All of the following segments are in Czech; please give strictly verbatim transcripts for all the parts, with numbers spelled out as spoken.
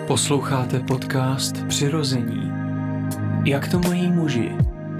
Posloucháte podcast Přirození. Jak to mají muži?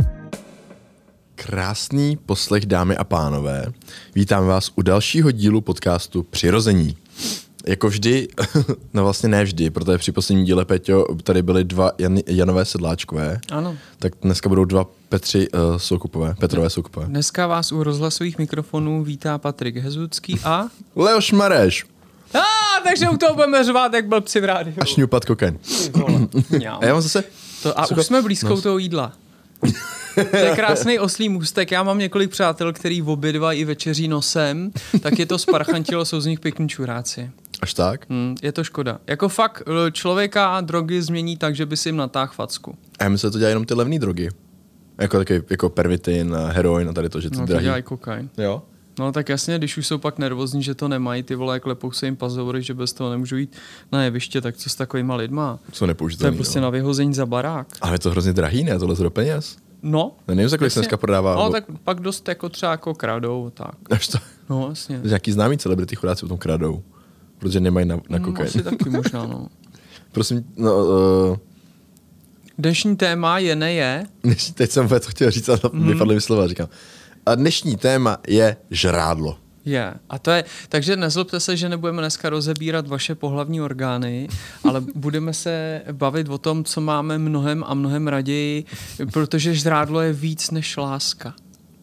Krásný poslech, dámy a pánové. Vítám vás u dalšího dílu podcastu Přirození. Jako vždy, no vlastně ne vždy, protože při posledním díle, Peťo, tady byly dva Jan, Janové Sedláčkové. Ano. Tak dneska budou dva Petři uh, Soukupové, Petrové Soukupové. Dneska vás u rozhlasových mikrofonů vítá Patrik Hezucký a... Leoš Mareš. A, takže u toho budeme řvát, jak blbci v rádiu. A šňupat kokain. A já mám zase... To, a Sucho... už jsme blízkou no. toho jídla. To je krásný oslý můstek. Já mám několik přátel, který obědvají i večeří nosem, tak je to sparchantilo, jsou z nich pěkný čuráci. Až tak? Hmm, je to škoda. Jako fakt člověka drogy změní tak, že by si jim natáhl facku. A já myslím, že to dělá jenom ty levné drogy. Jako taky, jako pervitin, heroin a tady to, že to no, drahý. No to dělají kokain. Jo? No tak jasně, když už jsou pak nervózní, že to nemají, ty vole, klepou se jim pazoury, že bez toho nemůžou jít na jeviště, tak co s takovýma lidma? Jsou nepoužitelný. To je prostě no. na vyhození za barák. Ale je to hrozně drahý, ne? Tohle z peněz. No. Nevím, za kolik se dneska prodává. No bo... tak pak dost jako třeba jako kradou, tak. Až to... No jasně. Nějaký známý celebrity chudáci potom kradou, protože nemají na, na kokain. No, asi taky možná, no. Prosím, no... Uh... Dnešní téma je, neje. Dnešní, teď jsem to chtěl říct, ale mm. vypadly mi slova, říkám. A dnešní téma je žrádlo. Je. A to je, takže nezlobte se, že nebudeme dneska rozebírat vaše pohlavní orgány, ale budeme se bavit o tom, co máme mnohem a mnohem raději, protože žrádlo je víc než láska.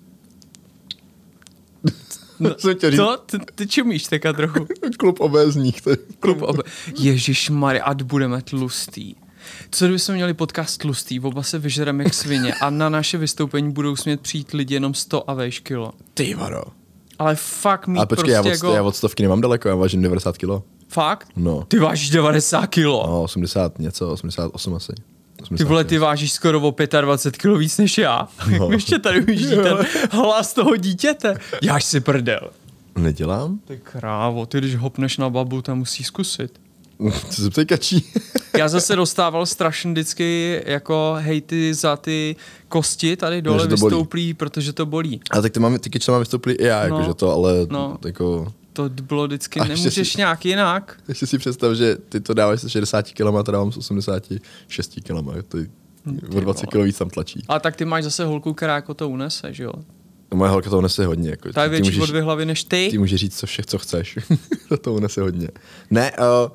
No, to, ty, ty čumíš teka trochu. Klub obézních. To je... Klub obe... Ježišmarja, ať budeme tlustý. Co kdybychom měli podcast tlustý, oba se vyžereme jak svině a na naše vystoupení budou smět přijít lidi jenom sto a vejš kilo. Ty varo. Ale fakt mít ale počkej, prostě já od, jako... já od stovky nemám daleko, já vážím devadesát kilo. Fakt? No. Ty vážíš devadesát kilo? No, osmdesát něco, osmdesát osm asi. Ty vole, ty vážíš skoro o dvacet pět kilo víc než já. No. Ještě tady ujíždí ten hlas toho dítěte. Jáš si prdel. Nedělám? Ty krávo, ty když hopneš na babu, tam musíš zkusit. Co se ptej kačí? Já zase dostával strašně vždycky jako hejty za ty kosti tady dole no, vystouplí, protože to bolí. A tak ty, mám, ty kyč mám vystouplí i já, no, jakože to, ale no, jako... To bylo vždycky, nemůžeš si, nějak jinak. Ještě si představ, že ty to dáváš se šedesát kilama a to dávám s osmdesát šest kilama. To o dvacet kilo víc tam tlačí. A tak ty máš zase holku, která jako to unese, že jo? Moje holka to unese hodně. Jako, ta je větší můžeš, o dvě hlavy než ty. Ty můžeš říct, co vše, co chceš. to to unese hodně. Ne, uh,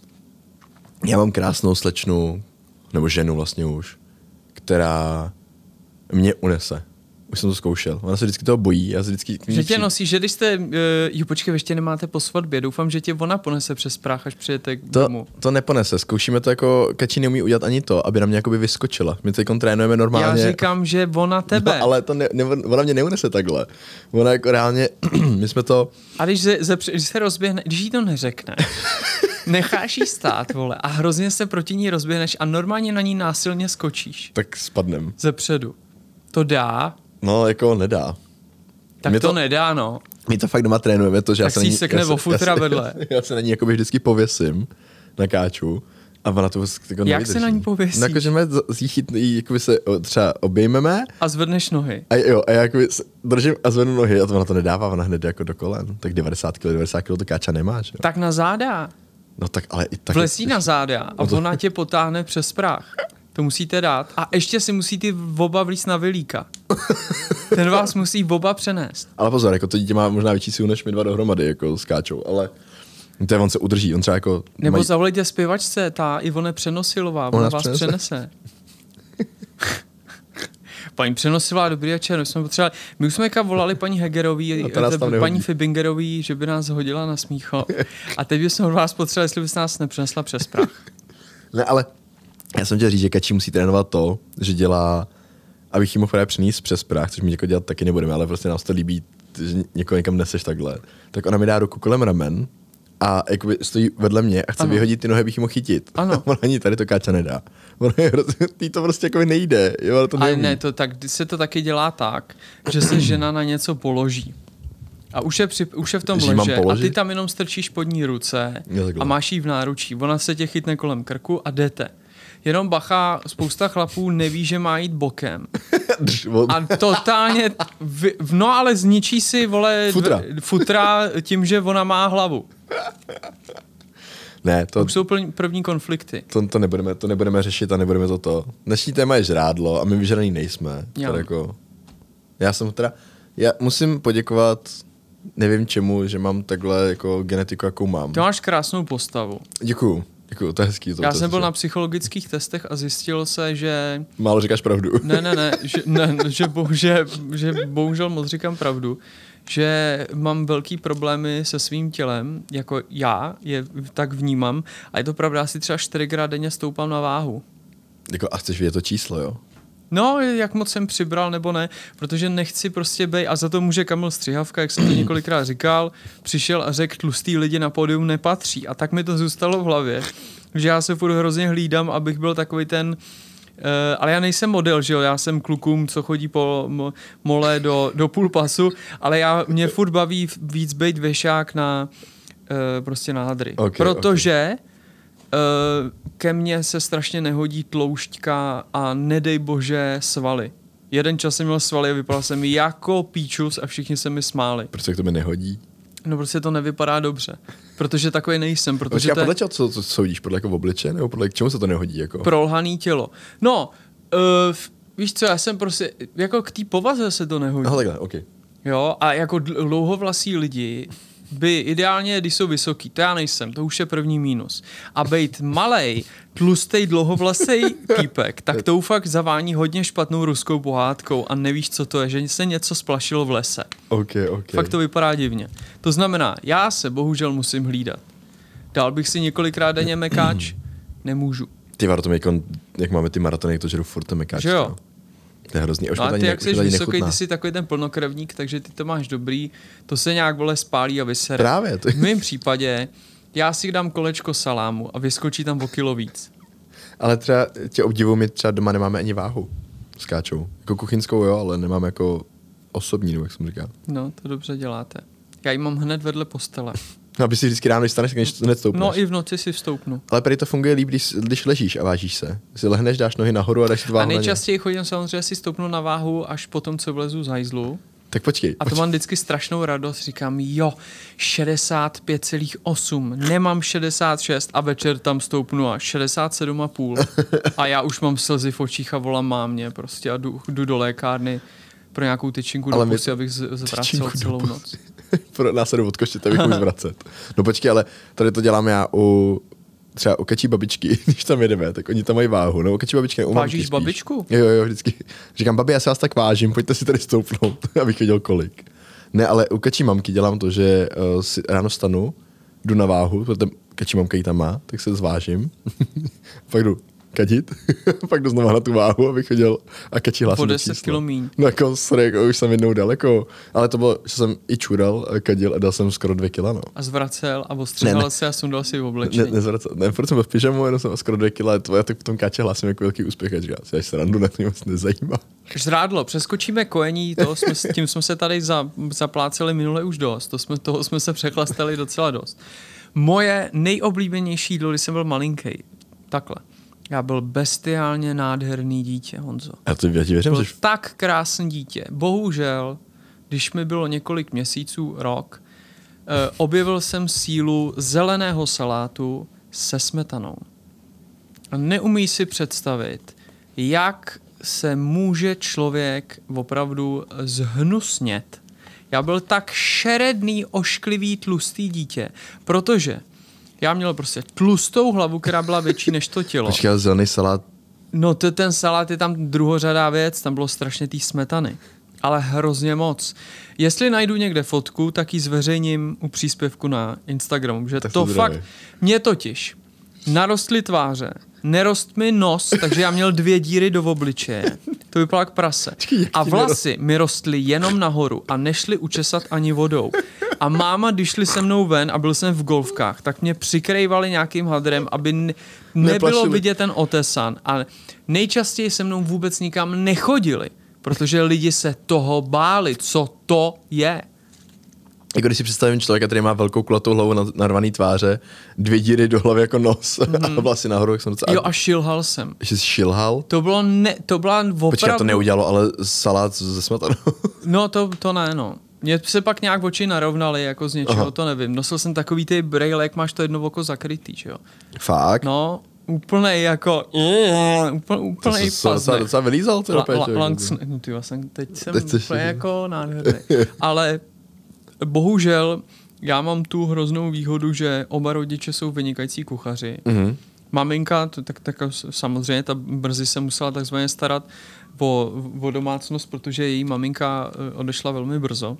já mám krásnou slečnu, nebo ženu vlastně už, která mě unese. Už jsem to zkoušel. Ona se vždycky toho bojí. Já se vždycky... Že tě nosí, že když jste... Uh, jo, počkej, ještě nemáte po svatbě. Doufám, že tě ona ponese přes práh, až přijete k to, domu. To neponese. Zkoušíme to jako... Kačí neumí udělat ani to, aby na mě jakoby vyskočila. My teď trénujeme normálně. Já říkám, že ona tebe. No, ale to ne, ne, ona mě neunese takhle. Ona jako reálně... my jsme to... A když se, ze, když se rozběhne... Když jí to neřekne... necháš jí stát, vole, a hrozně se proti ní rozběhneš a normálně na ní násilně skočíš. Tak spadnem. Zepředu. To dá? No, jako nedá. Tak to, to nedá, no. My to fakt doma trénujeme, to, že tak já se na ní... Tak si sekne o futra vedle. Já se na ní jakoby vždycky pověsím na káču a ona to jako jak nevydrží. Se na ní pověsíš? No, jakože mě zjíchyt, jakoby se třeba obejmeme. A zvedneš nohy. A jo, a já jakoby držím a zvednu nohy a to ona to nedává, ona hned jako do kolen. Tak devadesát kilo, devadesát kilo to káča nemáš, jo. Tak na záda. No tak ale i tak... Vlezí na záda a no to... ona tě potáhne přes práh. To musíte dát. A ještě si musíte oba vlízt na vilíka. Ten vás musí oba přenést. Ale pozor, jako to dítě má možná větší sílu než my dva dohromady, jako s káčou, ale to je, on se udrží, on třeba jako... Nebo mají... zavolejte zpěvačce, ta Ivone Přenosilová, ona, ona vás přenese. přenese. Paní Přenosilová, dobrý večer, my jsme potřebovali, my už jsme volali paní Hegerový, paní Fibingerový, že by nás hodila na smícho. A teď bychom od vás potřebovali, jestli byste nás nepřenesla přes prach. Ne, ale já jsem chtěl říct, že Kačí musí trénovat to, že dělá, abych jí mohl právě přenést přes prach, což mi jako dělat taky nebudeme, ale prostě nás to líbí, že někoho někam neseš takhle. Tak ona mi dá ruku kolem ramen a jakoby stojí vedle mě a chce ano. vyhodit ty nohy, abych jí mohl chytit. Ano. Ona ani tady to Káča nedá. Ona je hrozně, tý to prostě jako nejde. Jo, to ale ne, to tak, se to taky dělá tak, že se žena na něco položí. A už je, při, už je v tom leže a ty tam jenom strčíš pod ní ruce a máš jí v náručí. Ona se tě chytne kolem krku a jdete. Jenom bacha, spousta chlapů neví, že má jít bokem. A totálně, v, no ale zničí si, vole, futra. futra tím, že ona má hlavu. Ne, to... Už jsou první konflikty. To, to, nebudeme, to nebudeme řešit a nebudeme to to. Dnešní téma je žrádlo a my vyžraný nejsme. Jako, já jsem teda... Já musím poděkovat, nevím čemu, že mám takhle jako genetiku, jakou mám. Ty máš krásnou postavu. Děkuju. Děkuju, to je hezký. To, Já to jsem byl že... na psychologických testech a zjistilo se, že... Málo říkáš pravdu. Ne, ne, ne, že, ne, že, bohužel, že bohužel moc říkám pravdu, že mám velký problémy se svým tělem, jako já je tak vnímám a je to pravda, asi třeba čtyřikrát denně stoupám na váhu. Jako a chceš vědět to číslo, jo? No, jak moc jsem přibral nebo ne, protože nechci prostě bej, a za to může Kamil Střihavka, jak jsem to několikrát říkal, přišel a řekl, tlustý lidi na pódium nepatří a tak mi to zůstalo v hlavě, že já se furt hrozně hlídám, abych byl takový ten, uh, ale já nejsem model, že jo, já jsem klukům, co chodí po mo, mole do, do půl pasu, ale já, mě furt baví víc bejt věšák na uh, prostě na hadry, okay, protože okay. Uh, ke mně se strašně nehodí tloušťka a nedej bože svaly. Jeden čas jsem měl svaly a vypadal jsem jako píčus a všichni se mi smáli. Proč se k tobě nehodí? No prostě to nevypadá dobře, protože takový nejsem. Protože podle čeho, co, co soudíš? Podle jako obliče nebo podle k čemu se to nehodí? Jako? Prolhaný tělo. No, uh, víš co, já jsem prostě, jako k té povaze se to nehodí. Aha, takhle, ok. Jo, a jako dlouhovlasí lidi by ideálně, když jsou vysoký, to já nejsem, to už je první mínus. A bejt malej, tlustej, dlouhovlasej týpek, tak to fakt zavání hodně špatnou ruskou pohádkou a nevíš, co to je, že se něco splašilo v lese. Okay, okay. Fakt to vypadá divně. To znamená, já se bohužel musím hlídat. Dal bych si několikrát denně mekáč? Nemůžu. Ty Varo, jak máme ty maratony, to žeru furt ten mekáč. Že jo? To je hrozný. No a ty, jak jsi vysoký, ty jsi takový ten plnokrevník, takže ty to máš dobrý, to se nějak vole spálí a vysere. Právě. To... V mém případě já si dám kolečko salámu a vyskočí tam o kilo víc. Ale třeba tě obdivuju, my třeba doma nemáme ani váhu s káčou. Jako kuchyňskou jo, ale nemáme jako osobní, jak jsem říkal. No, to dobře děláte. Já ji mám hned vedle postele. No, aby si vždycky ráno, když staneš, tak hned stoupneš. No i v noci si vstoupnu. Ale prý to funguje líp, když, když ležíš a vážíš se. Si lehneš, dáš nohy nahoru a dáš si váhu. A nejčastěji chodím samozřejmě si stoupnu na váhu až potom, co vlezu z hajzlu. Tak počkej. A to počkej. mám vždycky strašnou radost. Říkám, jo, šedesát pět celá osm, nemám šedesát šest a večer tam stoupnu a šedesát sedm celá pět. A já už mám slzy v očích a volám mámě prostě a jdu, jdu do lékárny pro nějakou tyčinku do pusy, abych zvracel celou noc. Pro následu odkočit, abych mohl zvracet. No počkej, ale tady to dělám já u třeba u kačí babičky, když tam jedeme, tak oni tam mají váhu. No u kačí babičky ne, u Vážíš spíš. Babičku? Jo, jo, vždycky. Říkám, babi, já se vás tak vážím, pojďte si tady stoupnout, abych viděl kolik. Ne, ale u kačí mamky dělám to, že uh, si ráno stanu, jdu na váhu, protože kačí mamka ji tam má, tak se zvážím. Pak jdu kadit, pak jdu znovu na tu váhu, abych viděl a kačí hlásím do čísla. deset kilo míň. No jako, sorry, jako, už jsem jednou daleko, ale to bylo, že jsem i čural, kadil a dal jsem skoro dvě kila, no. A zvracel a ostříhal se a sundal si v oblečení. Ne, nezvracel, ne, protože jsem byl v pyžamu, jenom jsem skoro dvě kila, to já tak potom káče hlásím jako velký úspěch a říkám, si až srandu, na to mě moc nezajímá. Žrádlo, přeskočíme kojení, toho jsme, tím jsme se tady za, zapláceli minule už dost, to jsme, toho jsme se přechlastali docela dost. Moje nejoblíbenější jídlo, když jsem byl malinký, takhle. Já byl bestiálně nádherný dítě, Honzo. Já to já ti věřím, byl že... tak krásný dítě. Bohužel, když mi bylo několik měsíců, rok, eh, objevil jsem sílu zeleného salátu se smetanou. A neumí si představit, jak se může člověk opravdu zhnusnět. Já byl tak šeredný, ošklivý, tlustý dítě, protože já měl prostě tlustou hlavu, která byla větší než to tělo. Počkej, zelený salát. No to, ten salát je tam druhořadá věc, tam bylo strašně té smetany. Ale hrozně moc. Jestli najdu někde fotku, tak ji zveřejním u příspěvku na Instagramu. Že tak to fakt, zdraví. mě totiž narostly tváře, nerost mi nos, takže já měl dvě díry do obličeje. To vypadalo jak prase. A vlasy mi rostly jenom nahoru a nešly učesat ani vodou. A máma, když šli se mnou ven a byl jsem v golfkách, tak mě přikrývali nějakým hadrem, aby ne- nebylo Neplašili. vidět ten otesan. A nejčastěji se mnou vůbec nikam nechodili, protože lidi se toho báli, co to je. Jako když si představím člověka, který má velkou kulatou hlavu, narvaný tváře, dvě díry do hlavy jako nos mm. a vlasy nahoru, jak jsem docela... Jo, a šilhal jsem. Že jsi šilhal? To bylo ne, to byla opravdu... Počkej, to neudělalo, ale salát ze smetanou. No, to, to ne, no. Mně se pak nějak oči narovnaly, jako z něčeho, Aha. to nevím. Nosil jsem takový ty brejle, jak máš to jedno oko zakrytý, že jo? Fakt? No, úplnej jako, úpl, úplnej to paznek. To docela vylízal, to no, ty jsem, teď jsem teď úplně jako nádherný. Ale bohužel, já mám tu hroznou výhodu, že oba rodiče jsou vynikající kuchaři. Mm-hmm. Maminka, to, tak, tak samozřejmě, ta brzy se musela takzvaně starat o, o domácnost, protože její maminka odešla velmi brzo.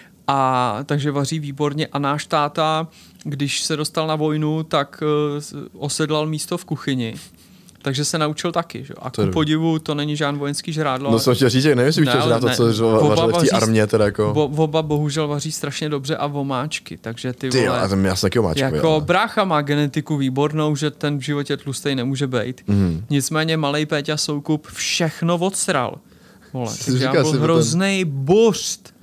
A takže vaří výborně a náš táta, když se dostal na vojnu, tak uh, osedlal místo v kuchyni. Takže se naučil taky. Že? A ku podivu to není žádný vojenský žrádlo. No jsem chtěl říct, že nevím, jestli bych chtěl žrát to, co vařili v té armě. Teda jako... Bo, oba bohužel vaří strašně dobře a omáčky. Takže ty, ty vole, já jsem jasně taky omáčku. Jako já. Brácha má genetiku výbornou, že ten v životě tlustej nemůže být. Mm. Nicméně malej Péťa Soukup všechno odsral. Vole, takže já byl hroznej ten... burst.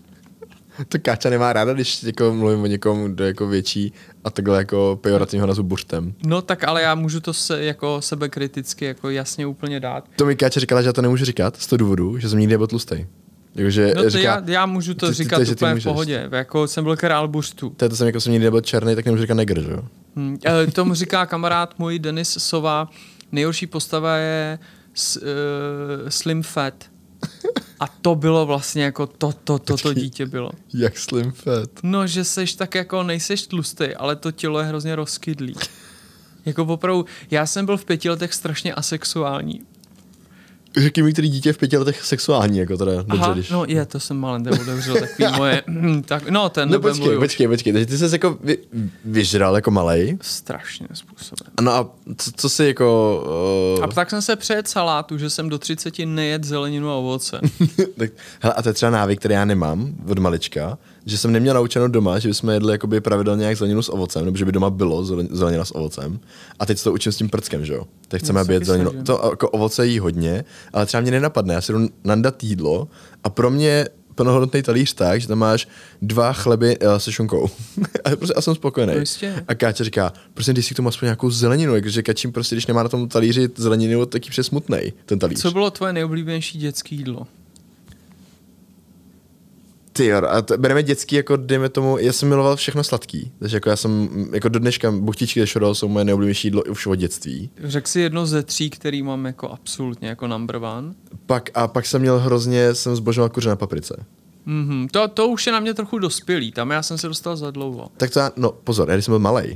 To Káča nemá ráda, když jako mluvím o někom, kdo je jako větší a takhle jako pejorativního nazvu burštem. No tak ale já můžu to se, jako sebekriticky jako jasně úplně dát. To mi Káča říkala, že já to nemůžu říkat z toho důvodu, že jsem nikdy nebyl tlustej. Jako, že no to říká, já, já můžu to ty, říkat ty, ty, úplně v pohodě, jako jsem byl král burštů. To je to jsem, jako jsem nikdy nebyl černý, tak nemůžu říkat negr, že jo? Hmm, tomu říká kamarád můj Denis Sova, nejhorší postava je s, uh, Slim Fat. A to bylo vlastně jako to, to, to, to dítě bylo. Jak Slim Fat? No, že seš tak jako, nejseš tlustý, ale to tělo je hrozně rozkydlý. Jako opravdu, já jsem byl v pěti letech strašně asexuální. Řekni mi, který dítě je v pěti letech sexuální, jako teda dobře, Aha, když... no je, to jsem malem otevřel takový moje... tak, no, ten no počkej, počkej, počkej, takže ty jsi jako vy, vyžral jako malej. Strašným způsobem. No a co, co jsi jako... Uh... A tak jsem se přejet salátu, že jsem do třiceti nejet zeleninu a ovoce. tak, hele, a to je třeba návyk, který já nemám od malička, že jsem neměl naučeno doma, že bychom jedli jakoby pravidelně jak zeleninu s ovocem, nebo že by doma bylo zelenina s ovocem. A teď se to učím s tím prckem, že jo? Teď chceme, aby jet zeleninu. To jako ovoce jí hodně, ale třeba mě nenapadne, já si jdu nandat jídlo a pro mě plnohodnotný talíř tak, že tam máš dva chleby uh, se šunkou. a, prostě, a jsem spokojený. A Káča říká, prostě ty si k tomu aspoň nějakou zeleninu, jakože Kačím prostě, když nemá na tom talíři zeleninu, tak je přesmutnej ten talíř. Co bylo tvoje nejoblíbenější dětské jídlo? Ty jo, a to, bereme dětský, jako dejme tomu, já jsem miloval všechno sladký, takže jako já jsem, jako do dneška buchtičky ze Šodol jsou moje nejoblíbenější jídlo už od dětství. Řekl si jedno ze tří, který mám jako absolutně jako number one. Pak, a pak jsem měl hrozně, jsem zbožňoval kuře na paprice. Mm-hmm. To, to už je na mě trochu dospělý, tam já jsem se dostal za dlouho. Tak to já, no pozor, já když jsem byl malej,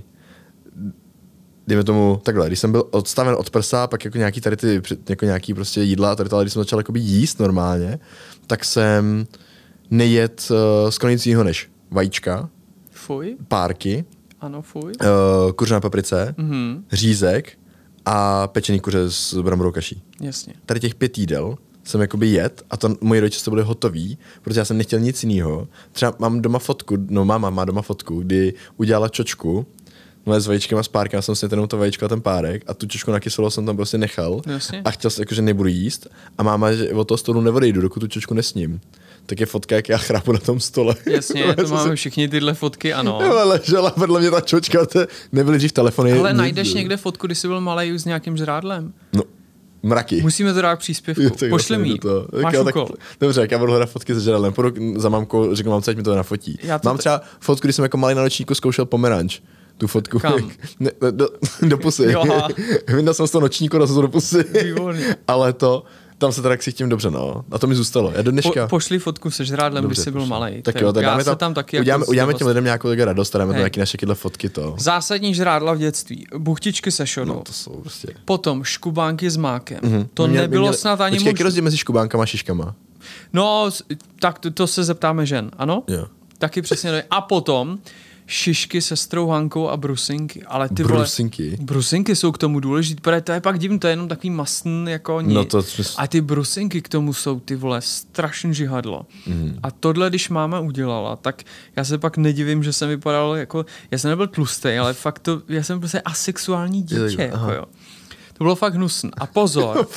dejme tomu takhle, když jsem byl odstaven od prsa, pak jako nějaký tady ty, jako nějaký prostě jídla a tady to, ale když jsem začal jakoby jíst normálně, tak jsem nejet uh, skoro nic jiného než vajíčka, fuj. Párky, ano, fuj. Uh, kuře na paprice, mm-hmm. řízek a pečený kuře s bramborou kaší. Jasně. Tady těch pět jídel jsem jakoby jet a to moji rodiče to byli hotoví, protože já jsem nechtěl nic jiného. Třeba mám doma fotku, no máma má doma fotku, kdy udělala čočku, no s vajíčkem a s párkem, já jsem si jenom to vajíčko a ten párek a tu čočku na kyselou jsem tam prostě nechal. Jasně. A chtěl jsem, jakože nebudu jíst a máma, že od toho stolu neodejdu, dokud tu čočku nesním. Tak je fotka, jak já chrápu na tom stole. Jasně, to máme si... všichni tyhle fotky, ano. Ale ležela vedle mě ta čočka, to nebyly dřív telefony. Ale najdeš někde fotku, kdy jsi byl malej s nějakým žrádlem? No, mraky. Musíme to dát k příspěvku. Pošli mi. Máš já, úkol. Tak, dobře, jak já budu hledat fotky se žrádlem, půjdu za mamkou, řeknu mamce, ať mi to nafotí. Mám třeba fotku, kdy jsem jako malý na nočníku zkoušel pomeranč. Tu fotku. Kam? Ne, do, do pusy. Vyndal jsem z toho nočníku, dal jsem to do pusy. Ale to... Tam se teda ksichtím dobře, no. A to mi zůstalo. Já do dneška... Po, pošli fotku se žrádlem, když jsi byl malej. Tak jo, tak dáme tam, tam taky uděláme, jako uděláme těm lidem nějakou radost, dáme tam nějaký naše fotky, to. Zásadní žrádla v dětství. Buchtičky se šodou. No to jsou prostě. Potom škubánky s mákem. Mm-hmm. To mě, nebylo mě, snad ani možné. Jaký rozdíl mezi škubánkama a šiškama? No, tak to, to se zeptáme žen, ano? Jo. Taky přesně. A potom šišky se strouhankou a brusinky, ale ty brusinky. Vole, brusinky jsou k tomu důležitý, protože to je pak divný, to je jenom takový mastný jako ní. No to... A ty brusinky k tomu jsou ty vole strašný žihadlo. Mm. A tohle, když máma udělala, tak já se pak nedivím, že jsem vypadal jako, já jsem nebyl tlustý, ale fakt to, já jsem prostě asexuální dítě, jako jo. To bylo fakt hnusný. A pozor,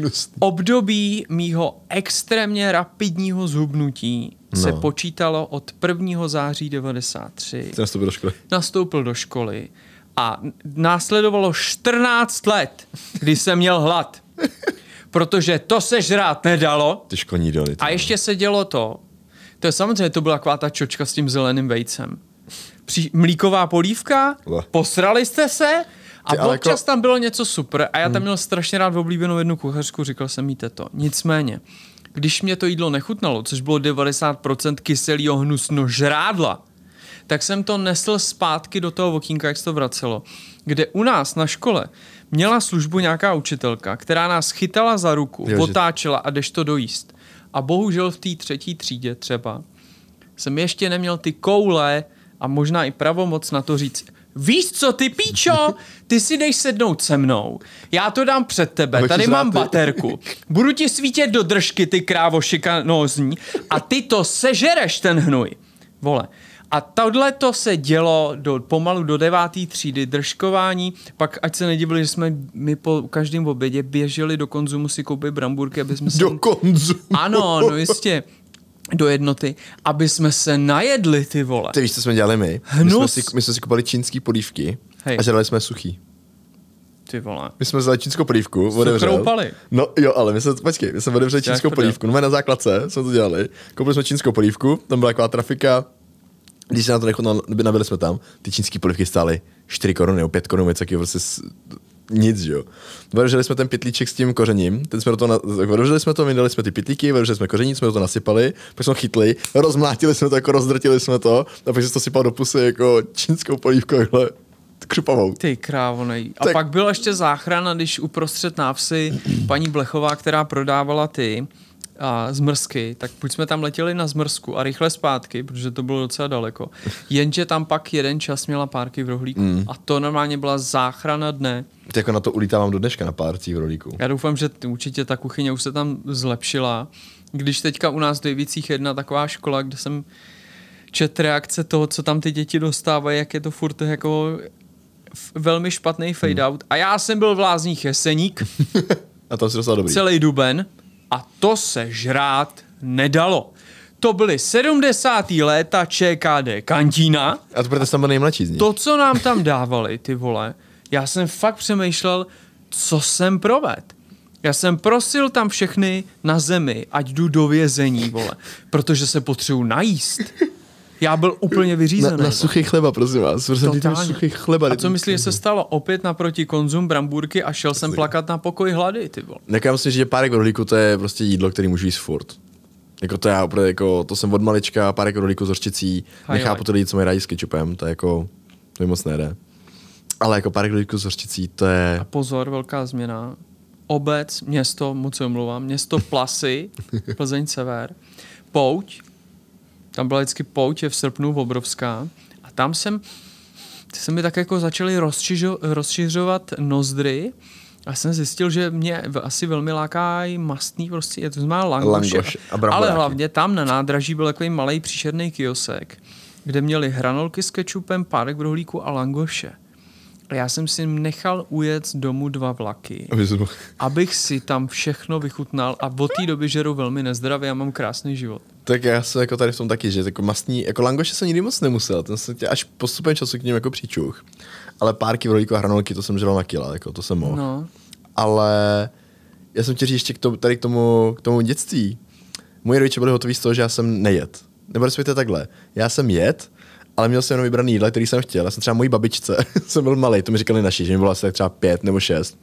období mýho extrémně rapidního zhubnutí no. se počítalo od prvního září devadesát tři. Jsi nastoupil do školy. Nastoupil do školy a následovalo čtrnáct let, kdy jsem měl hlad. Protože to se žrát nedalo. Ty školní doly. A ještě se dělo to, To je samozřejmě, to byla taková ta čočka s tím zeleným vejcem. Při, mlíková polívka, Le. posrali jste se a Ty, občas jako... tam bylo něco super a já tam měl strašně rád oblíbenou jednu kuchařku, říkal jsem jí to. Nicméně, když mě to jídlo nechutnalo, což bylo devadesát procent kyselýho hnusno žrádla, tak jsem to nesl zpátky do toho okýnka, jak se to vracelo, kde u nás na škole měla službu nějaká učitelka, která nás chytala za ruku, jo, otáčela a jdeš to dojíst. A bohužel v té třetí třídě třeba jsem ještě neměl ty koule a možná i pravomoc na to říct, víš co, ty píčo, ty si dej sednout se mnou, já to dám před tebe, tady mám baterku, budu ti svítit do držky, ty krávo šikanózní, a ty to sežereš, ten hnůj. Vole. A tohle to se dělo do, pomalu do deváté třídy, držkování, pak ať se nedivili, že jsme my po každém obědě běželi do Konzumu si koupit bramburky, aby jsme se... Do Konzumu? Ano, no jistě. Do Jednoty, aby jsme se najedli, ty vole. Ty víš, co jsme dělali my? My jsme, si, my jsme si kupovali čínský polívky Hej. a žrali jsme suchý. Ty vole. My jsme vzali čínskou polívku, odevřel. No jo, ale my jsme, počkej, my jsme odevřeli čínskou polívku, no na základce jsme to dělali. Koupili jsme čínskou polívku, tam byla taková trafika, když se na to nechutnalo, nabili jsme tam, ty čínský polívky stály čtyři koruny nebo pět korun, něco prostě s... nic, jo. Odevřeli jsme ten pytlíček s tím kořením, ten jsme do toho, na... odevřeli jsme to, vydali jsme ty pytlíky, odevřeli jsme koření, jsme to nasypali, pak jsme ho chytli, rozmlátili jsme to, jako rozdrtili jsme to, a pak se to sypal do pusy jako čínskou polívku, takhle křupavou. Ty krávo, nej. A tak... pak byla ještě záchrana, když uprostřed návsi paní Blechová, která prodávala ty a zmrzky, tak buď jsme tam letěli na zmrzku a rychle zpátky, protože to bylo docela daleko. Jenže tam pak jeden čas měla párky v rohlíku. Mm. A to normálně byla záchrana dne. Ty jako na to ulítávám do dneška na párcích v rohlíku. Já doufám, že určitě ta kuchyně už se tam zlepšila. Když teďka u nás v Dejvicích je jedna taková škola, kde jsem čet reakce toho, co tam ty děti dostávají, jak je to furt jako velmi špatný fade out. Mm. A já jsem byl v Lázních Jeseník. A tam si dostal dobrý. Celý duben. A to se žrát nedalo. To byly sedmdesátá léta ČKD kantína. A to protože jsem byl nejmladší z nich. To, co nám tam dávali, ty vole, já jsem fakt přemýšlel, co jsem proved. Já jsem prosil tam všechny na zemi, ať jdu do vězení, vole, protože se potřebuji najíst. Já byl úplně vyřízený. Na, na suchý chleba, prosím vás. Suchý chleba. A co myslíš, že se stalo? Opět naproti Konzum, bramburky a šel jsem plakat na pokoj hlady, ty vole. Já myslím, že párek v rohlíku to je prostě jídlo, který můžu jíst furt. Jako to já, jako, to jsem od malička, párek v rohlíku s hořčicí, nechápu to lidi, co mají rádi s kečupem, to je jako, to mi moc nejde. Ale jako párek v rohlíku s hořčicí, to je... A pozor, velká změna. Obec, město, moc se omlouvám, město Plasy, Plzeň Sever, pouť. Tam byla vždycky pouť, je v srpnu obrovská. A tam jsem, se mi tak jako začaly rozšiřo, rozšiřovat nozdry a jsem zjistil, že mě asi velmi lákají mastný prostě, je to znamená langoše. Langoš ale hlavně tam na nádraží byl takový malej příšerný kiosek, kde měli hranolky s kečupem, párek v rohlíku a langoše. A já jsem si nechal ujet z domu dva vlaky, abych si tam všechno vychutnal a od té doby žeru velmi nezdravě a mám krásný život. Tak já jsem jako tady v tom taky, že jako mastní, jako langoše jsem nikdy moc nemusel, ten jsem tě až postupem času k ním jako přičuch. Ale párky v rohlíku a hranolky, to jsem žral na kila, jako to jsem mohl. No. Ale já jsem tě říct ještě k tomu, tady k tomu, k tomu dětství. Moji rodiče byli hotoví z toho, že já jsem nejet. Nebo respektive takhle, já jsem jet, ale měl jsem jenom vybraný jídla, který jsem chtěl. Já jsem třeba mojí babičce, jsem byl malej, to mi říkali naši, že mi bylo asi tak třeba pět nebo šest.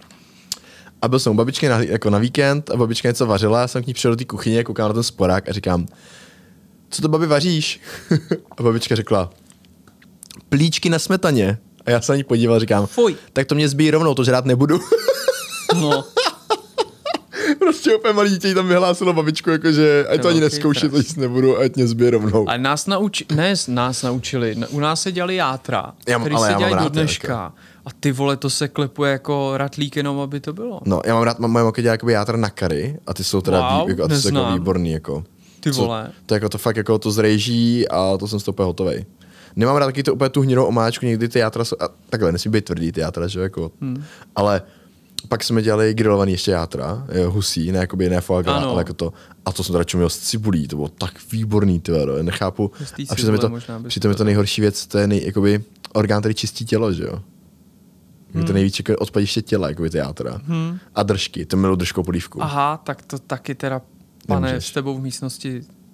A byl jsem u babičky na, jako na víkend a babička něco vařila, já jsem k ní přišel do té kuchyně, koukám na ten sporák a říkám, co to babi vaříš? A babička řekla, plíčky na smetaně. A já se na ní podíval a říkám, Fuj. tak to mě zbíjí rovnou, to žrát nebudu. No. Prostě úplně malý dítě tam vyhlásilo babičku, jakože ať to ani neskouší, to jíst nebudu, ať mě zbije rovnou. Ale nás nauči, ne, nás naučili, u nás se dělali játra, já, který se dělají do dneška. Jako. A ty vole, to se klepuje jako ratlík jenom, aby to bylo. No, já mám rád, moje mamka dělá jakoby játra na curry a ty jsou teda wow, vý, jako, a ty jsou jako výborný, jako. Ty vole. Co, to jako to fakt jako to zrejží a to jsem z toho úplně hotovej. Nemám rád taky to úplně tu hnědou omáčku, někdy ty játra jsou, a takhle, nesmí být tvrdý ty játra, že jako, hmm. ale pak jsme dělali grilovaný ještě játra, husí, ne jakoby ne foie gras, ale jako to, a to jsem teda čuměl s cibulí, to bylo tak výborný, ty vado, nechápu, a přitom je to, přitom je to nejhorší věc, to je nej, jakoby orgán, který čistí tělo, že jo. Hmm. Je to nejvíc jako odpadiště těla, jakoby ty játra. Hmm. A držky, to miluji držkou polívku. Aha, tak to taky teda, pane, Nemůžeš. S tebou v místnosti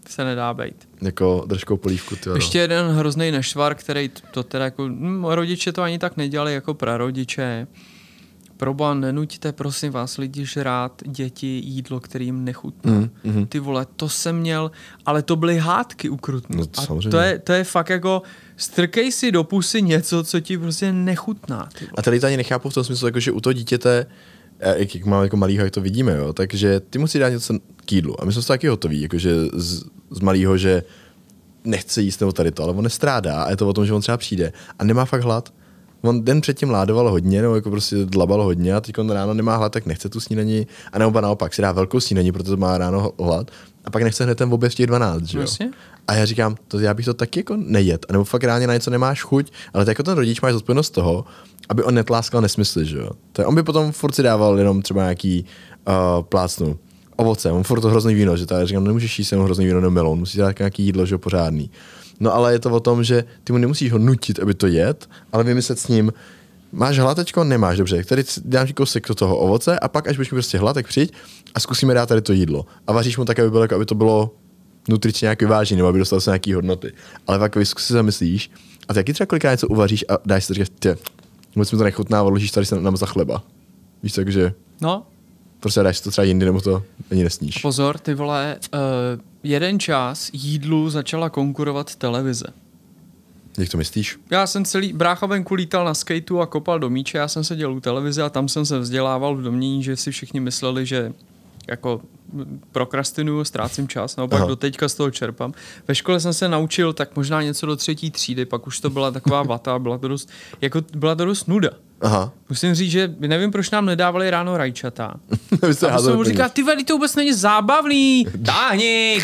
se nedá bejt. Jako držkou polívku, tyjo. Ještě jeden hrozný nešvar, který to, to teda jako, hm, rodiče to ani tak nedělali jako prarodiče. Proboha, nenuďte, prosím vás, lidi žrát děti jídlo, kterým nechutná. Mm, mm. Ty vole, to jsem měl, ale to byly hádky ukrutné. No, a to je, to je fakt jako, strkej si do pusy něco, co ti prostě nechutná. A tady to ani nechápu v tom smyslu, jako, že u toho dítěte, jak, jak mám jako malýho, jak to vidíme, jo, takže ty musí dát něco k jídlu. A my jsme to taky hotoví, jakože z, z malýho, že nechce jíst nebo tady to, ale on nestrádá a je to o tom, že on třeba přijde a nemá fakt hlad. On den předtím ládoval hodně, nebo jako prostě dlabal hodně a teď on ráno nemá hlad, tak nechce tu snídani, a nebo naopak si dá velkou snídani, protože má ráno hlad a pak nechce hned ten oběd v těch dvanáct, že jo? Vlastně? A já říkám, to já bych to taky jako nejet, a nebo fakt ráně na něco nemáš chuť, ale tak jako ten rodič má zodpovědnost toho, aby on netláskal nesmysly, že jo? Tak on by potom furt si dával jenom třeba nějaký uh, plácnu, ovoce, on furt to hrozný víno, že tak říkám, nemůžeš jíst jenom hrozný víno nebo melon, musíš dát nějaký jídlo, že jo, pořádný. No ale je to o tom, že ty mu nemusíš ho nutit, aby to jet, ale vymyslet s ním, máš hlad teďko? Nemáš, dobře, tady dám ti kousek do toho ovoce a pak, až budeš mi prostě hlad, tak přijď a zkusíme dát tady to jídlo. A vaříš mu tak, aby, bylo, jako, aby to bylo nutričně nějak vyvážené, nebo aby dostal se nějaký hodnoty. Ale pak si zamyslíš a ty jaký třeba kolikrát něco uvaříš a dáš si to říkat, tě, vůbec mi to nechutná, odložíš tady se nám za chleba. Víš, takže... No. Prostě dáš to třeba jindy, nebo to ani nesníš. Pozor, ty vole, uh, jeden čas jídlu začala konkurovat televize. Jak to myslíš? Já jsem celý, brácha venku lítal na skateu a kopal do míče, já jsem seděl u televize a tam jsem se vzdělával v domění, že si všichni mysleli, že jako prokrastinuju, ztrácím čas, naopak do teďka z toho čerpám. Ve škole jsem se naučil tak možná něco do třetí třídy, pak už to byla taková vata, byla to dost, jako byla to dost nuda. Aha. Musím říct, že nevím, proč nám nedávali ráno rajčata. A jsem mu říkal, ty veli, to vůbec není zábavný, táhni.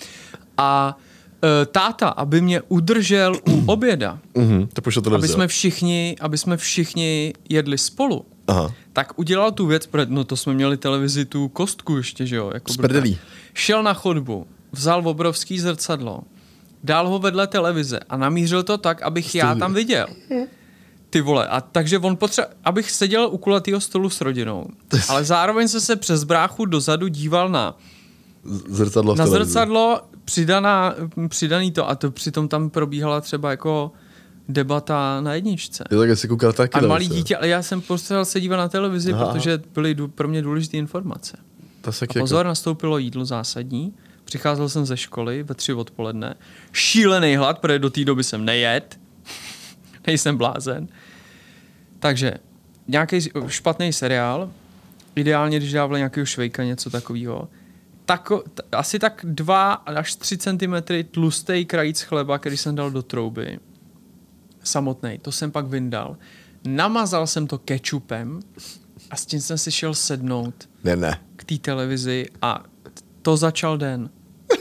A e, táta, aby mě udržel u oběda, mm-hmm, to pošlo aby jsme všichni, aby jsme všichni jedli spolu, aha, tak udělal tu věc, no to jsme měli televizi, tu kostku ještě, že jo. Jako šel na chodbu, vzal obrovský zrcadlo, dal ho vedle televize a namířil to tak, abych Stůj. já tam viděl. Ty vole, a takže on potřeba, abych seděl u kulatýho stolu s rodinou, ale zároveň se se přes bráchu dozadu díval na zrcadlo, na zrcadlo přidaná, přidaný to a to přitom tam probíhala třeba jako debata na jedničce. Jo, tak jsi koukal taky. A malý dítě, ale já jsem potřeboval se dívat na televizi, aha, protože byly pro mě důležité informace. To se a pozor, jako... nastoupilo jídlo zásadní, přicházel jsem ze školy ve tři odpoledne, šílený hlad, protože do té doby jsem nejet, nejsem blázen. Takže nějaký špatný seriál, ideálně, když dávali nějakého Švejka, něco takového, tako, t- asi tak dva až tři centimetry tlustý krajíc chleba, který jsem dal do trouby, samotnej, to jsem pak vyndal. Namazal jsem to kečupem a s tím jsem si šel sednout ne, ne. k té televizi a to začal den.